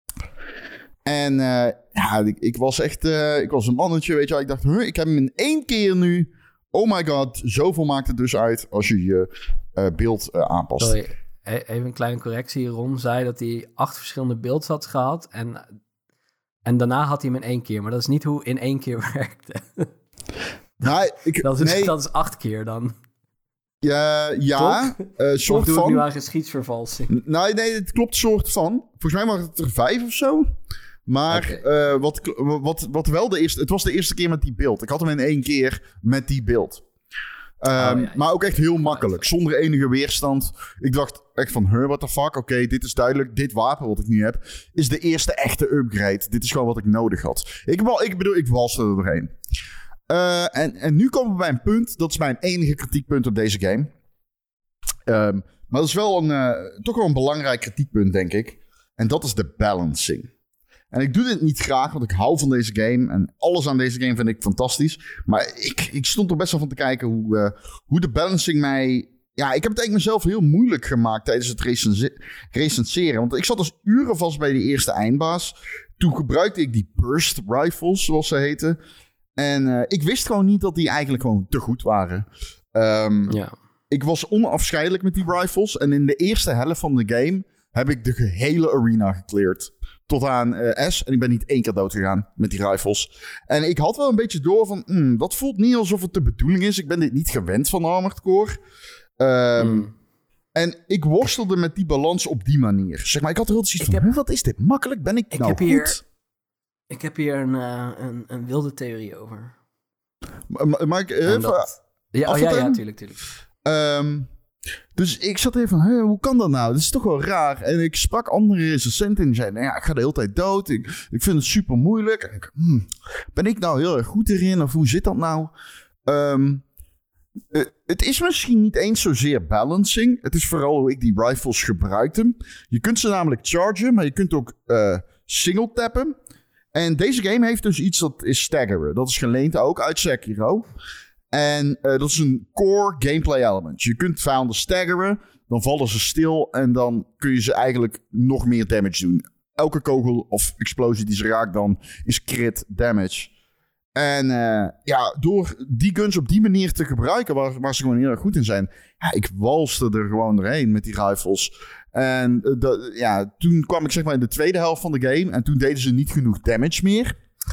Speaker 2: En uh, ja, ik, ik was echt uh, ik was een mannetje, weet je wel. Ik dacht, huh, ik heb hem in één keer nu. Oh my god, zoveel maakt het dus uit als je je uh, beeld uh, aanpast.
Speaker 3: Sorry. Even een kleine correctie. Ron zei dat hij acht verschillende beelds had gehad. En, en daarna had hij hem in één keer. Maar dat is niet hoe in één keer werkte.
Speaker 2: Nou, ik,
Speaker 3: dat, is,
Speaker 2: nee.
Speaker 3: dat is acht keer dan.
Speaker 2: Ja, ja uh, soort
Speaker 3: of doe
Speaker 2: van.
Speaker 3: ik nu aan geschiedsvervalsing?
Speaker 2: Nee, nee, het klopt soort van. Volgens mij waren het er vijf of zo. Maar okay. uh, wat, wat, wat wel de eerste... Het was de eerste keer met die beeld. Ik had hem in één keer met die beeld. Um, oh, ja, ja. Maar ook echt heel makkelijk. Zonder enige weerstand. Ik dacht echt van, huh, what the fuck? Oké, okay, dit is duidelijk. Dit wapen wat ik nu heb, is de eerste echte upgrade. Dit is gewoon wat ik nodig had. Ik, ik bedoel, ik walste er doorheen. Uh, en, en nu komen we bij een punt. Dat is mijn enige kritiekpunt op deze game. Um, maar dat is wel een, uh, toch wel een belangrijk kritiekpunt, denk ik. En dat is de balancing. En ik doe dit niet graag, want ik hou van deze game. En alles aan deze game vind ik fantastisch. Maar ik, ik stond er best wel van te kijken hoe, uh, hoe de balancing mij... Ja, ik heb het eigenlijk mezelf heel moeilijk gemaakt tijdens het recense- recenseren. Want ik zat dus uren vast bij die eerste eindbaas. Toen gebruikte ik die burst rifles, zoals ze heten. En uh, ik wist gewoon niet dat die eigenlijk gewoon te goed waren. Um, ja. Ik was onafscheidelijk met die rifles. En in de eerste helft van de game heb ik de gehele arena gecleared. Tot aan uh, S. En ik ben niet één keer dood gegaan met die rifles. En ik had wel een beetje door van... Mm, dat voelt niet alsof het de bedoeling is. Ik ben dit niet gewend van Armored Core. Um, mm. En ik worstelde met die balans op die manier. Zeg maar, ik had er altijd zoiets van... Heb, wat is dit? Makkelijk? Ben ik, ik nou
Speaker 3: heb
Speaker 2: goed?
Speaker 3: Hier, ik heb hier een, uh, een, een wilde theorie over.
Speaker 2: Maar, maar ik even...
Speaker 3: Dat, ja, oh, ja, ja, tuurlijk, tuurlijk.
Speaker 2: Um, Dus ik zat even van, hey, hoe kan dat nou? Dat is toch wel raar. En ik sprak andere recensenten en die zeiden, nou ja, ik ga de hele tijd dood. Ik, ik vind het super moeilijk. En ik, hmm, ben ik nou heel erg goed erin? Of hoe zit dat nou? Um, uh, het is misschien niet eens zozeer balancing. Het is vooral hoe ik die rifles gebruikte. Je kunt ze namelijk chargen, maar je kunt ook uh, single tappen. En deze game heeft dus iets dat is staggeren. Dat is geleend ook uit Sekiro. En uh, dat is een core gameplay element. Je kunt vijanden staggeren, dan vallen ze stil en dan kun je ze eigenlijk nog meer damage doen. Elke kogel of explosie die ze raakt dan is crit damage. En uh, ja, door die guns op die manier te gebruiken, waar, waar ze gewoon heel erg goed in zijn. Ja, ik walste er gewoon doorheen met die rifles. En uh, de, ja, toen kwam ik zeg maar in de tweede helft van de game en toen deden ze niet genoeg damage meer.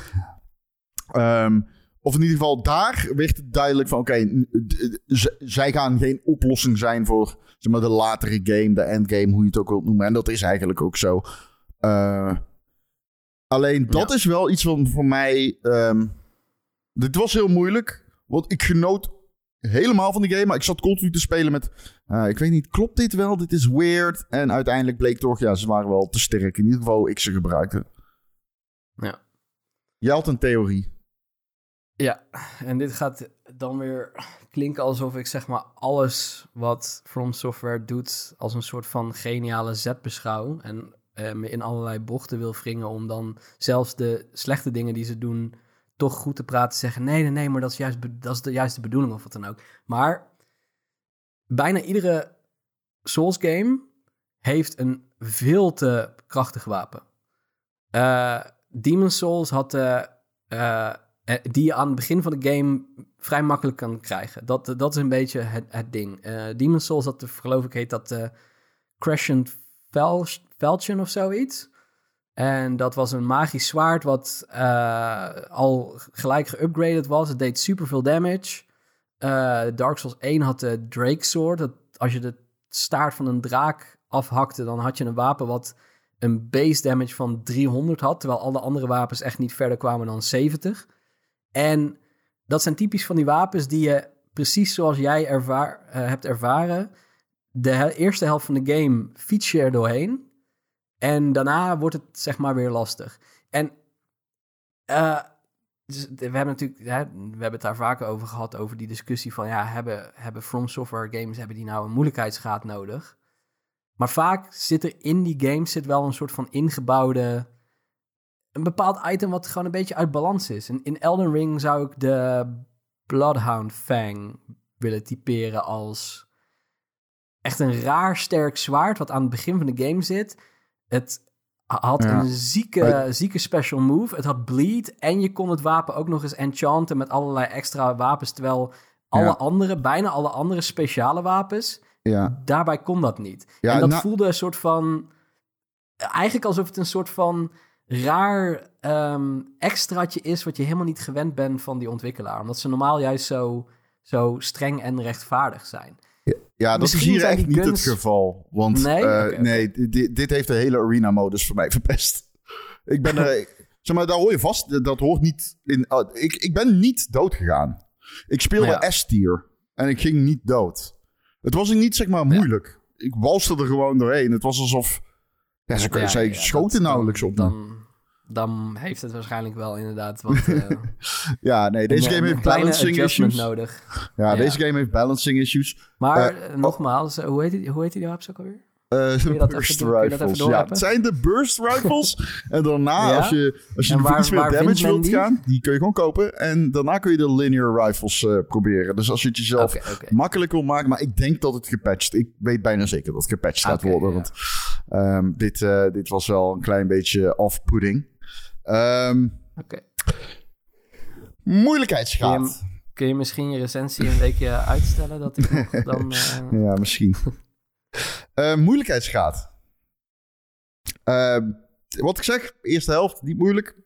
Speaker 2: Um, Of in ieder geval, daar werd het duidelijk van... Oké, okay, z- zij gaan geen oplossing zijn voor zeg maar, de latere game, de endgame, hoe je het ook wilt noemen. En dat is eigenlijk ook zo. Uh, alleen dat ja. is wel iets wat voor mij... Um, dit was heel moeilijk, want ik genoot helemaal van de game. Maar ik zat continu te spelen met... Uh, ik weet niet, klopt dit wel? Dit is weird. En uiteindelijk bleek toch... Ja, ze waren wel te sterk. In ieder geval hoe ik ze gebruikte.
Speaker 3: Ja.
Speaker 2: Jij had een theorie.
Speaker 3: Ja, en dit gaat dan weer klinken alsof ik zeg maar alles wat From Software doet als een soort van geniale zet beschouw. En uh, me in allerlei bochten wil wringen om dan zelfs de slechte dingen die ze doen toch goed te praten. Zeggen nee, nee, nee, maar dat is juist, be- dat is de juiste bedoeling of wat dan ook. Maar bijna iedere Souls game heeft een veel te krachtig wapen. Uh, Demon's Souls had de... Uh, die je aan het begin van de game vrij makkelijk kan krijgen. Dat, dat is een beetje het, het ding. Uh, Demon's Souls, dat geloof ik heet dat uh, Crescent Falchion of zoiets. En dat was een magisch zwaard wat uh, al gelijk geupgraded was. Het deed superveel damage. Uh, Dark Souls één had de Drake Sword. Dat als je de staart van een draak afhakte, dan had je een wapen wat een base damage van driehonderd had, terwijl alle andere wapens echt niet verder kwamen dan zeventig. En dat zijn typisch van die wapens die je, precies zoals jij ervaar, uh, hebt ervaren, de he- eerste helft van de game fiets je er doorheen en daarna wordt het zeg maar weer lastig. En uh, dus we hebben natuurlijk, ja, we hebben het daar vaker over gehad, over die discussie van, ja, hebben, hebben From Software games, hebben die nou een moeilijkheidsgraad nodig? Maar vaak zit er in die games zit wel een soort van ingebouwde... een bepaald item wat gewoon een beetje uit balans is. En in Elden Ring zou ik de Bloodhound Fang willen typeren als echt een raar sterk zwaard wat aan het begin van de game zit. Het had ja. een zieke, zieke special move. Het had bleed en je kon het wapen ook nog eens enchanten met allerlei extra wapens, terwijl alle ja. andere, bijna alle andere speciale wapens... Ja. Daarbij kon dat niet. Ja, en dat nou... voelde een soort van... Eigenlijk alsof het een soort van raar um, extraatje is wat je helemaal niet gewend bent van die ontwikkelaar. Omdat ze normaal juist zo, zo streng en rechtvaardig zijn.
Speaker 2: Ja, ja dat is hier echt niet guns... het geval. Want nee, uh, okay, nee okay. Dit, dit heeft de hele arena-modus voor mij verpest. Ik ben er... zeg maar, daar hoor je vast. Dat hoort niet in... Uh, ik, ik ben niet dood gegaan. Ik speelde ja. S-tier. En ik ging niet dood. Het was niet, zeg maar, moeilijk. Ja. Ik walste er gewoon doorheen. Het was alsof... Ja, ze, ja, ze ja, schoten ja, nauwelijks op
Speaker 3: dan, dan heeft het waarschijnlijk wel inderdaad wat... Uh,
Speaker 2: ja, nee, deze game heeft balancing issues.
Speaker 3: Nodig.
Speaker 2: Ja, ja, deze game heeft balancing issues.
Speaker 3: Maar uh, nogmaals, hoe heet die, hoe heet die wapens ook alweer?
Speaker 2: Uh, burst rifles. Ja, het zijn de burst rifles. En daarna, ja? als je, als je en waar, iets meer damage wilt die? gaan, die kun je gewoon kopen. En daarna kun je de linear rifles uh, proberen. Dus als je het jezelf okay, okay. makkelijk wil maken. Maar ik denk dat het gepatcht... Ik weet bijna zeker dat het gepatcht gaat okay, worden. Ja. Want um, dit, uh, dit was wel een klein beetje off-putting. Um, Oké. Okay. Moeilijkheidsgraad.
Speaker 3: Kun je, kun je misschien je recensie een weekje uitstellen? Dat ik nog dan... Uh...
Speaker 2: Ja, misschien. Uh, moeilijkheidsgraad. Uh, wat ik zeg, eerste helft niet moeilijk.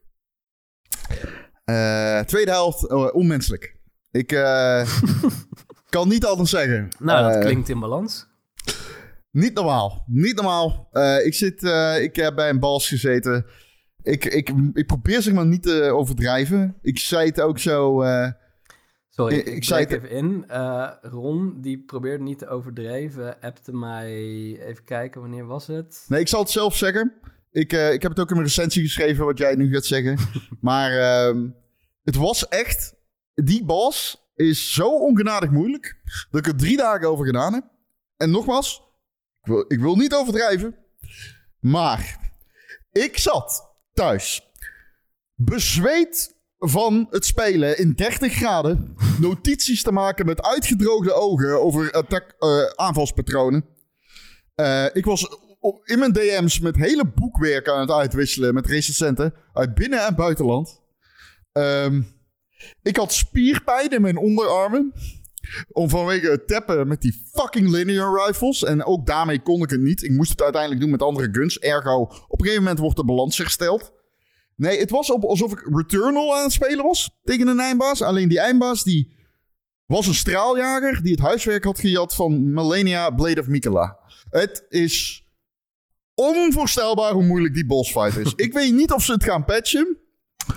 Speaker 2: Uh, tweede helft uh, onmenselijk. Ik uh, kan niet anders zeggen.
Speaker 3: Nou, dat
Speaker 2: uh,
Speaker 3: klinkt in balans.
Speaker 2: Niet normaal. Niet normaal. Uh, ik, zit, uh, ik heb bij een bals gezeten. Ik, ik, ik probeer zeg maar niet te overdrijven. Ik zei het ook zo... Uh,
Speaker 3: Sorry, ik, ik zei het even in. Uh, Ron, die probeerde niet te overdrijven, appte mij... Even kijken, wanneer was het?
Speaker 2: Nee, ik zal het zelf zeggen. Ik, uh, ik heb het ook in mijn recensie geschreven, wat jij nu gaat zeggen. Maar uh, het was echt... Die boss is zo ongenadig moeilijk... dat ik er drie dagen over gedaan heb. En nogmaals, ik wil, ik wil niet overdrijven... maar ik zat thuis... bezweet... van het spelen in dertig graden... notities te maken met uitgedroogde ogen... over attack, uh, aanvalspatronen. Uh, ik was in mijn D M's met hele boekwerk aan het uitwisselen... met recensenten uit binnen- en buitenland. Um, ik had spierpijn in mijn onderarmen... om vanwege het tappen met die fucking linear rifles... en ook daarmee kon ik het niet. Ik moest het uiteindelijk doen met andere guns. Ergo, op een gegeven moment wordt de balans hersteld... Nee, het was op, alsof ik Returnal aan het spelen was tegen een eindbaas. Alleen die eindbaas die was een straaljager die het huiswerk had gejat van Malenia Blade of Miquella. Het is onvoorstelbaar hoe moeilijk die bossfight is. Ik weet niet of ze het gaan patchen.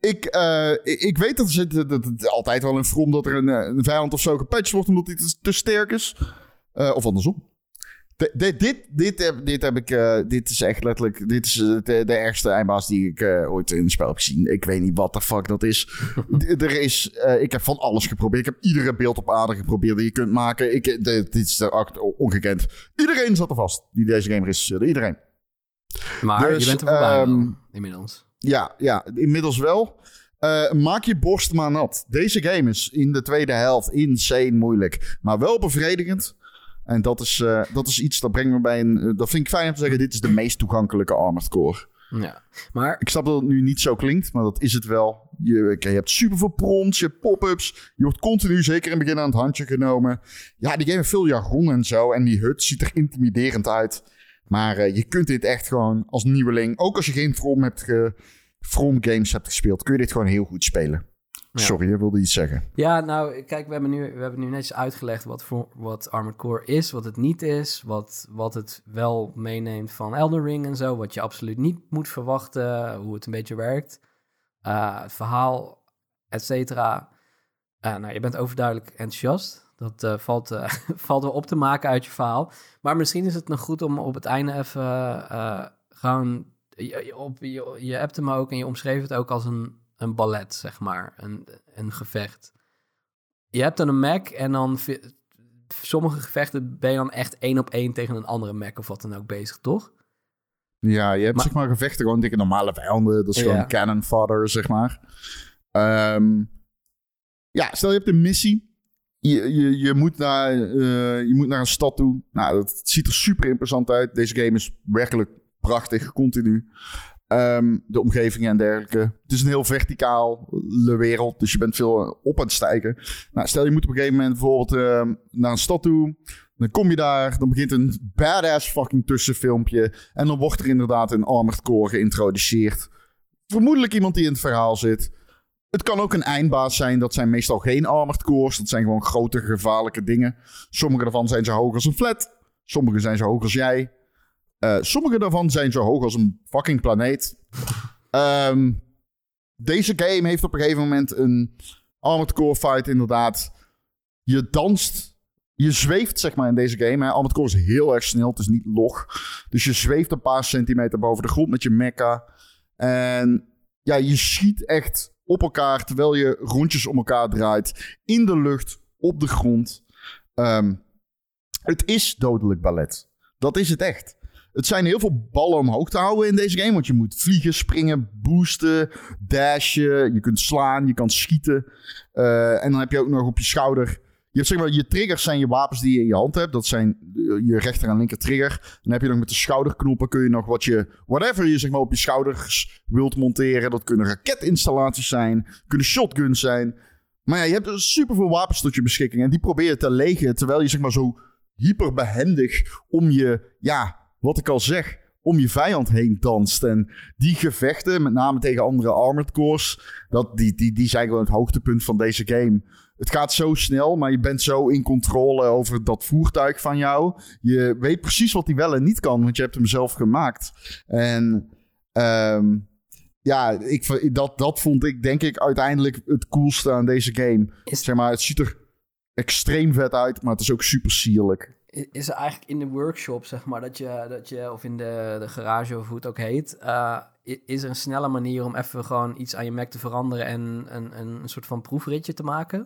Speaker 2: Ik, uh, ik, ik weet dat er dat, dat, dat altijd wel in From dat er een, een vijand of zo gepatcht wordt omdat hij te, te sterk is. Uh, of andersom. De, de, dit, dit, heb, dit heb ik... Uh, dit is echt letterlijk... Dit is de, de ergste eindbaas die ik uh, ooit in het spel heb gezien. Ik weet niet wat de fuck dat is. d- er is... Uh, ik heb van alles geprobeerd. Ik heb iedere beeld op aarde geprobeerd die je kunt maken. Ik, de, dit is de, ongekend. Iedereen zat er vast die deze gamer is. Uh, iedereen.
Speaker 3: Maar dus, je bent er voorbij um, wel, inmiddels.
Speaker 2: Ja, ja, inmiddels wel. Uh, maak je borst maar nat. Deze game is in de tweede helft insane moeilijk. Maar wel bevredigend. En dat is, uh, dat is iets, dat brengt me bij een... Uh, dat vind ik fijn om te zeggen, dit is de meest toegankelijke Armored Core.
Speaker 3: Ja, maar...
Speaker 2: Ik snap dat het nu niet zo klinkt, maar dat is het wel. Je, je hebt superveel prompts, je hebt pop-ups. Je wordt continu, zeker in het begin, aan het handje genomen. Ja, die game heeft veel jargon en zo. En die hut ziet er intimiderend uit. Maar uh, je kunt dit echt gewoon als nieuweling... Ook als je geen From, hebt ge, From games hebt gespeeld... kun je dit gewoon heel goed spelen. Ja. Sorry, je wilde iets zeggen.
Speaker 3: Ja, nou, kijk, we hebben nu, we hebben nu netjes uitgelegd... wat, voor, wat Armored Core is, wat het niet is... Wat, wat het wel meeneemt van Elden Ring en zo... wat je absoluut niet moet verwachten... hoe het een beetje werkt... Uh, het verhaal, et cetera. Uh, nou, je bent overduidelijk enthousiast... Dat uh, valt, uh, valt wel op te maken uit je verhaal. Maar misschien is het nog goed om op het einde even uh, gewoon... Je, op, je, je hebt hem ook en je omschreef het ook als een, een ballet, zeg maar. Een, een gevecht. Je hebt dan een Mac en dan... Sommige gevechten ben je dan echt één op één tegen een andere Mac of wat dan ook bezig, toch?
Speaker 2: Ja, je hebt maar, zeg maar gevechten gewoon tegen normale vijanden. Dat is gewoon
Speaker 3: ja.
Speaker 2: cannon fodder, zeg maar. Um, ja, stel je hebt een missie... Je, je, je, moet naar, uh, je moet naar een stad toe. Nou, dat ziet er super imposant uit. Deze game is werkelijk prachtig, continu. Um, de omgevingen en dergelijke. Het is een heel verticale wereld, dus je bent veel op aan het stijgen. Nou, stel je moet op een gegeven moment bijvoorbeeld uh, naar een stad toe. Dan kom je daar, dan begint een badass fucking tussenfilmpje. En dan wordt er inderdaad een Armored Core geïntroduceerd. Vermoedelijk iemand die in het verhaal zit. Het kan ook een eindbaas zijn. Dat zijn meestal geen Armored Cores. Dat zijn gewoon grote, gevaarlijke dingen. Sommige daarvan zijn zo hoog als een flat. Sommige zijn zo hoog als jij. Uh, sommige daarvan zijn zo hoog als een fucking planeet. Um, deze game heeft op een gegeven moment een Armored Core fight inderdaad. Je danst. Je zweeft zeg maar in deze game. Hè. Armored Core is heel erg snel. Het is niet log. Dus je zweeft een paar centimeter boven de grond met je mecha. En ja, je schiet echt... op elkaar, terwijl je rondjes om elkaar draait. In de lucht, op de grond. Um, het is dodelijk ballet. Dat is het echt. Het zijn heel veel ballen omhoog te houden in deze game. Want je moet vliegen, springen, boosten, dashen. Je kunt slaan, je kan schieten. Uh, en dan heb je ook nog op je schouder... Je hebt zeg maar, je triggers zijn je wapens die je in je hand hebt. Dat zijn je rechter en linker trigger. Dan heb je nog met de schouderknoppen kun je nog wat je... Whatever je zeg maar op je schouders wilt monteren. Dat kunnen raketinstallaties zijn. Kunnen shotguns zijn. Maar ja, je hebt dus superveel wapens tot je beschikking. En die probeer je te legen. Terwijl je zeg maar zo hyperbehendig om je... Ja, wat ik al zeg... om je vijand heen danst. En die gevechten, met name tegen andere Armored Cores... Dat, die, die, die zijn gewoon het hoogtepunt van deze game... Het gaat zo snel, maar je bent zo in controle over dat voertuig van jou. Je weet precies wat hij wel en niet kan, want je hebt hem zelf gemaakt. En um, ja, ik, dat, dat vond ik denk ik uiteindelijk het coolste aan deze game. Is... Zeg maar, het ziet er extreem vet uit, maar het is ook super sierlijk.
Speaker 3: Is er eigenlijk in de workshop, zeg maar, dat je, dat je of in de, de garage of hoe het ook heet... Uh, is er een snelle manier om even gewoon iets aan je Mac te veranderen... en een, een, een soort van proefritje te maken?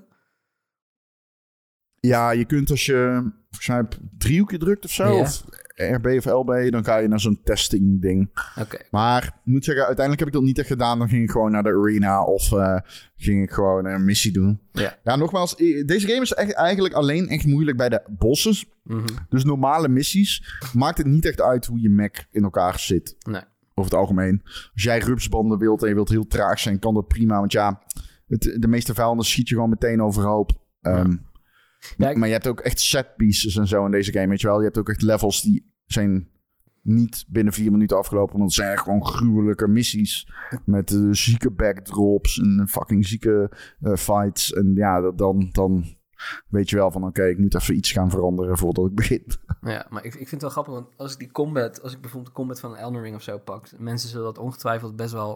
Speaker 2: Ja, je kunt als je volgens mij op driehoekje drukt of zo, yeah. of R B of L B, dan ga je naar zo'n testing ding.
Speaker 3: Okay.
Speaker 2: Maar ik moet zeggen, uiteindelijk heb ik dat niet echt gedaan. Dan ging ik gewoon naar de arena of uh, ging ik gewoon een missie doen.
Speaker 3: Yeah.
Speaker 2: Ja, nogmaals, deze game is echt, eigenlijk alleen echt moeilijk bij de bosses.
Speaker 3: Mm-hmm.
Speaker 2: Dus normale missies maakt het niet echt uit hoe je Mac in elkaar zit.
Speaker 3: Nee.
Speaker 2: Over het algemeen. Als jij rupsbanden wilt en je wilt heel traag zijn, kan dat prima. Want ja, het, de meeste vijanden schiet je gewoon meteen overhoop. Um, ja. Ja, ik... Maar je hebt ook echt set pieces en zo in deze game, weet je wel. Je hebt ook echt levels die zijn niet binnen vier minuten afgelopen. Want het zijn echt gewoon gruwelijke missies. Met uh, zieke backdrops en fucking zieke uh, fights. En ja, dan, dan weet je wel van... Oké, okay, ik moet even iets gaan veranderen voordat ik begin.
Speaker 3: Ja, maar ik, ik vind het wel grappig, want als ik die combat... Als ik bijvoorbeeld de combat van Elden Ring of zo pak... Mensen zullen dat ongetwijfeld best wel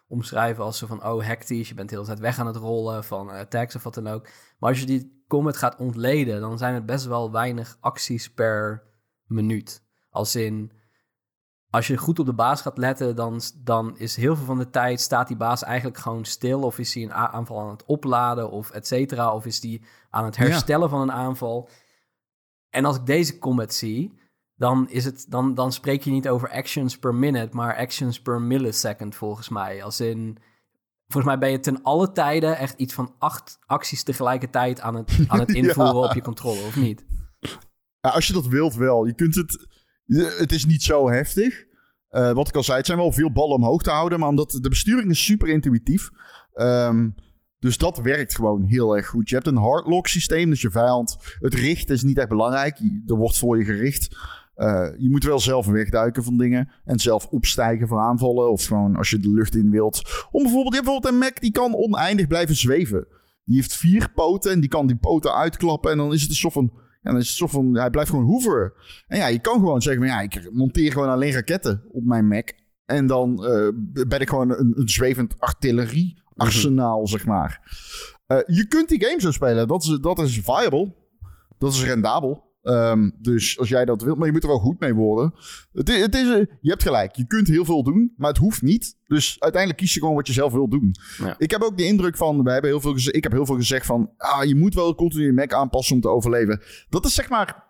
Speaker 3: omschrijven als zo van, oh, hectisch, je bent de hele tijd weg aan het rollen van uh, attacks of wat dan ook. Maar als je die combat gaat ontleden, dan zijn het best wel weinig acties per minuut. Als in, als je goed op de baas gaat letten, dan, dan is heel veel van de tijd, staat die baas eigenlijk gewoon stil, of is hij een a- aanval aan het opladen, of et cetera, of is die aan het herstellen ja. van een aanval. En als ik deze combat zie, dan, is het, dan, dan spreek je niet over actions per minute, maar actions per millisecond volgens mij. Als in, volgens mij ben je ten alle tijden echt iets van acht acties tegelijkertijd aan het, aan het invoeren ja. op je controller, of niet?
Speaker 2: Ja, als je dat wilt wel. Je kunt het... Het is niet zo heftig. Uh, wat ik al zei, het zijn wel veel ballen omhoog te houden, maar omdat de besturing is super intuïtief. Um, dus dat werkt gewoon heel erg goed. Je hebt een hardlock systeem, dus je vijand... Het richten is niet echt belangrijk. Er wordt voor je gericht. Uh, je moet wel zelf wegduiken van dingen. En zelf opstijgen voor aanvallen. Of gewoon als je de lucht in wilt. Om bijvoorbeeld, je hebt bijvoorbeeld een Mac die kan oneindig blijven zweven. Die heeft vier poten en die kan die poten uitklappen. En dan is het een soort van... En dan is het soort van, hij blijft gewoon hoveren. En ja, je kan gewoon zeggen, maar ja, ik monteer gewoon alleen raketten op mijn Mac. En dan uh, ben ik gewoon een, een zwevend artilleriearsenaal, mm-hmm. zeg maar. Uh, je kunt die game zo spelen. Dat is, dat is viable. Dat is rendabel. Um, dus als jij dat wilt, maar je moet er wel goed mee worden. Het is, het is, uh, je hebt gelijk, je kunt heel veel doen, maar het hoeft niet. Dus uiteindelijk kies je gewoon wat je zelf wilt doen. Ja. Ik heb ook de indruk van, wij hebben heel veel geze- ik heb heel veel gezegd van, ah, je moet wel continu je Mac aanpassen om te overleven. Dat is zeg maar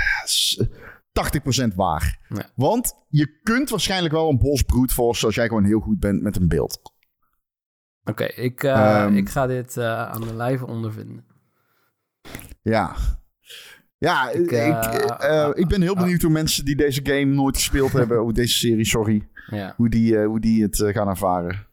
Speaker 2: tachtig procent waar. Ja. Want je kunt waarschijnlijk wel een bos brute force als jij gewoon heel goed bent met een beeld.
Speaker 3: Oké, okay, ik, uh, um, ik ga dit uh, aan de lijve ondervinden.
Speaker 2: Ja. Ja, ik, uh, ik, uh, ik ben heel benieuwd uh, hoe mensen die deze game nooit gespeeld hebben, hoe deze serie, sorry, ja. hoe, die, uh, hoe die het uh, gaan ervaren.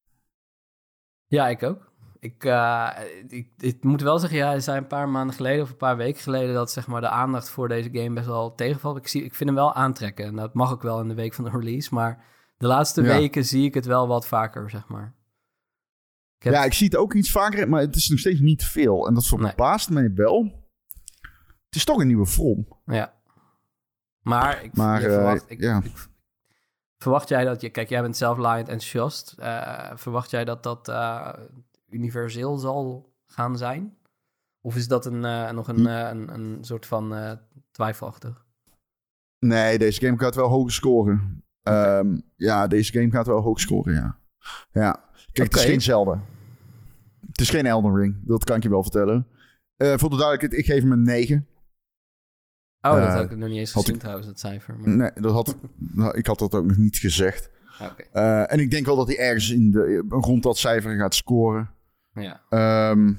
Speaker 3: Ja, ik ook. Ik, uh, ik, ik moet wel zeggen, ja, er zijn een paar maanden geleden of een paar weken geleden dat zeg maar de aandacht voor deze game best wel tegenvalt. Ik, zie, ik vind hem wel aantrekken en dat mag ook wel in de week van de release, maar de laatste ja. weken zie ik het wel wat vaker, zeg maar.
Speaker 2: Ik heb... Ja, ik zie het ook iets vaker, maar het is nog steeds niet veel en dat verbaast nee. mij wel. Het is toch een nieuwe From.
Speaker 3: Ja. Maar, ik,
Speaker 2: maar uh,
Speaker 3: verwacht, ik,
Speaker 2: ja.
Speaker 3: ik, verwacht jij dat je... Kijk, jij bent zelf Lion enthousiast. Uh, verwacht jij dat dat uh, universeel zal gaan zijn? Of is dat een, uh, nog een, uh, een, een soort van uh, twijfelachtig?
Speaker 2: Nee, deze game gaat wel hoog scoren. Okay. Um, ja, deze game gaat wel hoog scoren, ja. Ja. Kijk, okay. Het is geen Zelda. Het is geen Elden Ring. Dat kan ik je wel vertellen. Uh, voor de duidelijkheid, ik geef hem een negen.
Speaker 3: Oh, dat uh, had ik nog niet eens gezien ik, trouwens, dat cijfer. Maar...
Speaker 2: Nee, dat had, nou, ik had dat ook nog niet gezegd.
Speaker 3: Okay.
Speaker 2: Uh, en ik denk wel dat hij ergens in de, rond dat cijfer gaat scoren.
Speaker 3: Ja.
Speaker 2: Um,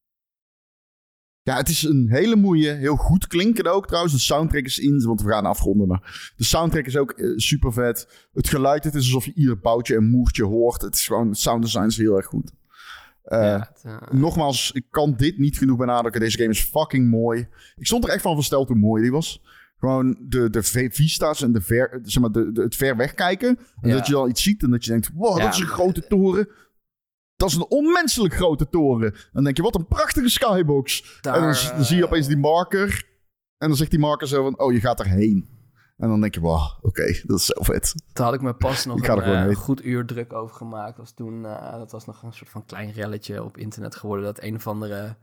Speaker 2: ja, het is een hele mooie, heel goed klinkende ook trouwens. De soundtrack is in, want we gaan afronden. Maar de soundtrack is ook uh, super vet. Het geluid, het is alsof je ieder boutje en moertje hoort. Het is gewoon, het sound design is heel erg goed. Uh, ja, het, uh... Nogmaals, ik kan dit niet genoeg benadrukken. Deze game is fucking mooi. Ik stond er echt van versteld hoe mooi die was. Gewoon de, de vista's en de ver, zeg maar de, de, het ver wegkijken. En ja. dat je dan iets ziet en dat je denkt... Wow, ja, dat is een grote toren. Dat is een onmenselijk grote toren. En dan denk je, wat een prachtige skybox. Daar, en dan, dan zie je opeens die marker. En dan zegt die marker zo van... Oh, je gaat erheen. En dan denk je, wow, oké, okay, dat is zo vet.
Speaker 3: Daar had ik me pas nog een uh, goed uur druk over gemaakt. Was toen, uh, dat was nog een soort van klein relletje op internet geworden. Dat een of andere,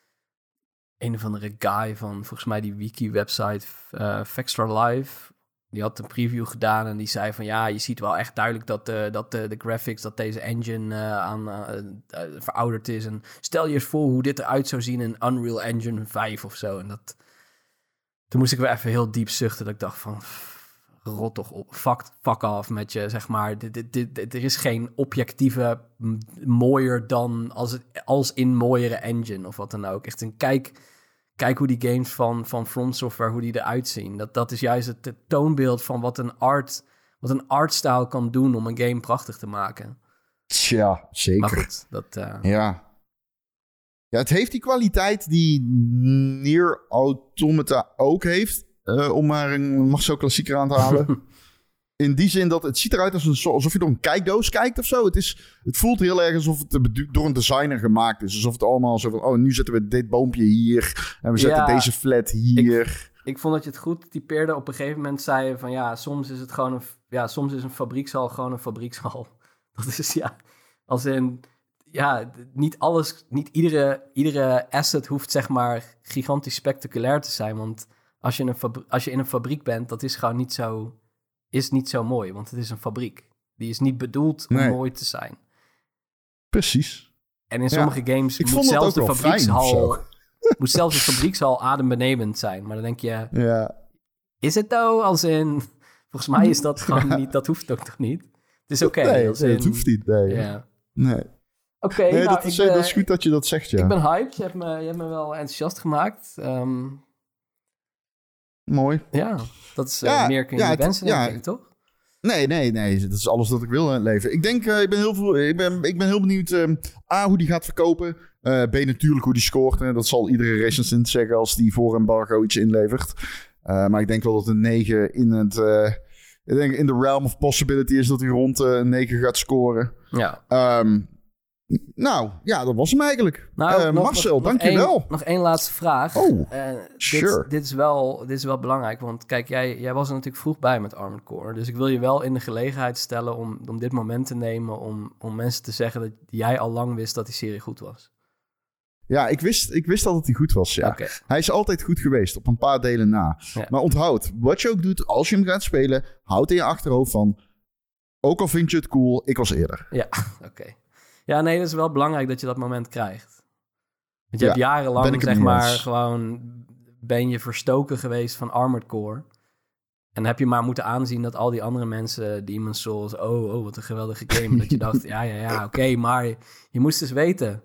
Speaker 3: een of andere guy van volgens mij die wiki-website uh, Factstar Live... Die had een preview gedaan en die zei van... ja, je ziet wel echt duidelijk dat de, dat de, de graphics... dat deze engine uh, aan, uh, uh, verouderd is. En stel je eens voor hoe dit eruit zou zien in Unreal Engine vijf of zo. En dat... Toen moest ik weer even heel diep zuchten. Dat ik dacht van... Rot toch op. Fuck, fuck off met je, zeg maar. Dit, dit, dit, dit, er is geen objectieve m- mooier dan... Als, het, als in mooiere engine of wat dan ook. Echt een kijk... Kijk hoe die games van, van From Software, hoe die eruit zien. Dat, dat is juist het, het toonbeeld van wat een art, wat een artstyle kan doen om een game prachtig te maken.
Speaker 2: Tja, zeker.
Speaker 3: Maar goed, dat... Uh...
Speaker 2: Ja. Ja, het heeft die kwaliteit die Nier Automata ook heeft. Uh, om maar een mag zo klassieker aan te halen. In die zin dat het ziet eruit als een, alsof je door een kijkdoos kijkt of zo. Het, is, het voelt heel erg alsof het door een designer gemaakt is. Alsof het allemaal zo van... Oh, nu zetten we dit boompje hier. En we zetten ja, deze flat hier.
Speaker 3: Ik, ik vond dat je het goed typeerde. Op een gegeven moment zei je van... Ja, soms is het gewoon een... Ja, soms is een fabriekshal gewoon een fabriekshal. Dat is ja... Als in, ja, niet alles, niet iedere, iedere asset hoeft zeg maar gigantisch spectaculair te zijn. Want als je, in een fabri- als je in een fabriek bent, dat is gewoon niet zo, is niet zo mooi. Want het is een fabriek. Die is niet bedoeld om
Speaker 2: Nee.
Speaker 3: mooi te zijn.
Speaker 2: Precies.
Speaker 3: En in sommige
Speaker 2: Ja.
Speaker 3: games
Speaker 2: Ik
Speaker 3: moet
Speaker 2: vond het
Speaker 3: zelfs, de
Speaker 2: ook wel fijn of
Speaker 3: fabriekshal,
Speaker 2: zo.
Speaker 3: moet zelfs de fabriekshal adembenemend zijn. Maar dan denk je,
Speaker 2: Ja.
Speaker 3: is het nou? Als in, volgens mij is dat gewoon niet, dat hoeft ook toch niet? Het is oké.
Speaker 2: nee,
Speaker 3: als
Speaker 2: nee,
Speaker 3: in-
Speaker 2: het hoeft niet. Nee,
Speaker 3: Ja.
Speaker 2: nee.
Speaker 3: Oké,
Speaker 2: nee
Speaker 3: nou,
Speaker 2: dat, is,
Speaker 3: ik,
Speaker 2: dat
Speaker 3: eh,
Speaker 2: is goed dat je dat zegt, ja.
Speaker 3: ik ben hyped. Je hebt me, je hebt me wel enthousiast gemaakt. Ehm,
Speaker 2: Mooi.
Speaker 3: ja, dat is uh,
Speaker 2: Ja,
Speaker 3: meer kun je
Speaker 2: ja,
Speaker 3: niet
Speaker 2: het-
Speaker 3: wensen,
Speaker 2: ja.
Speaker 3: denk ik, toch?
Speaker 2: Nee, nee, nee. Dat is alles wat ik wil in het leven. Ik denk, uh, ik, ben heel veel, ik, ben, ik ben heel benieuwd um, A, hoe die gaat verkopen. Uh, B, natuurlijk hoe die scoort. Hè. Dat zal iedere recensent zeggen als die voor embargo iets inlevert. Uh, maar ik denk wel dat een negen in het... Uh, ik denk in de realm of possibility is dat hij rond uh, een negen gaat scoren.
Speaker 3: Ja.
Speaker 2: Um, nou, ja, dat was hem eigenlijk.
Speaker 3: Nou,
Speaker 2: uh,
Speaker 3: nog,
Speaker 2: Marcel,
Speaker 3: nog, nog
Speaker 2: dankjewel.
Speaker 3: één- Nog één laatste vraag.
Speaker 2: Oh,
Speaker 3: Uh,
Speaker 2: sure.
Speaker 3: dit, dit, is wel, dit is wel belangrijk, want kijk, jij, jij was er natuurlijk vroeg bij met Armored Core. Dus ik wil je wel in de gelegenheid stellen om, om dit moment te nemen om, om mensen te zeggen dat jij al lang wist dat die serie goed was.
Speaker 2: Ja, ik wist, ik wist dat hij goed was, ja.
Speaker 3: Oké.
Speaker 2: Hij is altijd goed geweest, op een paar delen na.
Speaker 3: Ja.
Speaker 2: Maar onthoud, wat je ook doet, als je hem gaat spelen, houd in je achterhoofd van... Ook al vind je het cool, ik was eerder.
Speaker 3: Ja, oké. Ja, nee, dat is wel belangrijk dat je dat moment krijgt. Want je
Speaker 2: Ja,
Speaker 3: hebt jarenlang,
Speaker 2: ben ik het
Speaker 3: zeg
Speaker 2: mee
Speaker 3: maar,
Speaker 2: eens.
Speaker 3: gewoon ben je verstoken geweest van Armored Core. En dan heb je maar moeten aanzien dat al die andere mensen, Demon's Souls, oh, oh, wat een geweldige game. Dat je dacht, ja, ja, ja, oké, okay, maar je, je moest dus weten.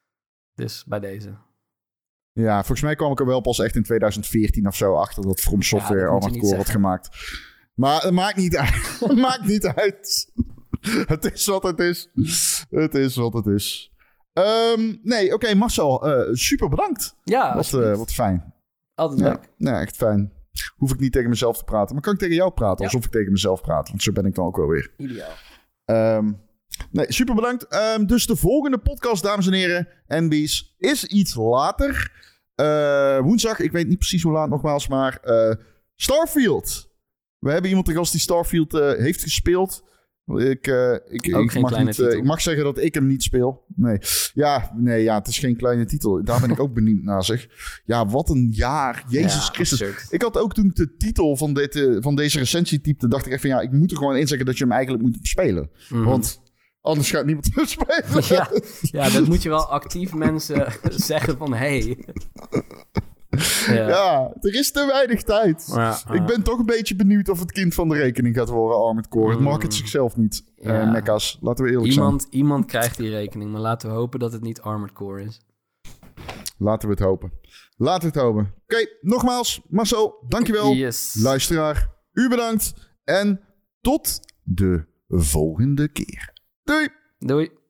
Speaker 3: Dus bij deze.
Speaker 2: Ja, volgens mij kwam ik er wel pas echt in twintig veertien of zo achter dat From Software
Speaker 3: dat moet je
Speaker 2: Armored
Speaker 3: niet
Speaker 2: Core had
Speaker 3: zeggen.
Speaker 2: gemaakt. Maar het maakt niet uit. Het maakt niet uit. Het is wat het is. Het is wat het is. Um, nee, oké, okay, Marcel, uh, super bedankt.
Speaker 3: Ja,
Speaker 2: Wat, uh, wat fijn.
Speaker 3: altijd
Speaker 2: Ja,
Speaker 3: leuk.
Speaker 2: ja, echt fijn. Hoef ik niet tegen mezelf te praten, maar kan ik tegen jou praten
Speaker 3: Ja.
Speaker 2: alsof ik tegen mezelf praat. Want zo ben ik dan ook wel weer.
Speaker 3: Ideaal.
Speaker 2: Um, nee, super bedankt. Um, dus de volgende podcast, dames en heren, N B's, is iets later. Uh, woensdag, ik weet niet precies hoe laat nogmaals, maar uh, Starfield. We hebben iemand te gast die Starfield uh, heeft gespeeld. Ik, uh, ik,
Speaker 3: Ook
Speaker 2: ik,
Speaker 3: geen
Speaker 2: mag
Speaker 3: kleine
Speaker 2: niet, uh,
Speaker 3: titel.
Speaker 2: ik mag zeggen dat ik hem niet speel. Nee. Ja, nee, ja, het is geen kleine titel. Daar ben ik ook benieuwd naar, zeg. Ja, wat een jaar. Jezus
Speaker 3: Ja,
Speaker 2: Christus.
Speaker 3: absurd.
Speaker 2: Ik had ook toen ik de titel van, dit, uh, van deze recensie typte, dacht ik echt van ja, ik moet er gewoon in zeggen dat je hem eigenlijk moet spelen.
Speaker 3: Mhm.
Speaker 2: Want anders gaat niemand hem spelen.
Speaker 3: Ja, ja, dat moet je wel actief mensen zeggen van, hey. Ja.
Speaker 2: Ja, er is te weinig tijd.
Speaker 3: Ja,
Speaker 2: Ik ben toch een beetje benieuwd of het kind van de rekening gaat worden, Armored Core. Het market zichzelf niet,
Speaker 3: Ja.
Speaker 2: uh, mekka's. Laten we eerlijk
Speaker 3: Iemand, iemand krijgt die rekening, maar laten we hopen dat het niet Armored Core is.
Speaker 2: zijn. Laten we het hopen. Laten we het hopen. Oké, okay, nogmaals, Marcel, dankjewel.
Speaker 3: Yes.
Speaker 2: Luisteraar, u bedankt. En tot de volgende keer. Doei!
Speaker 3: Doei.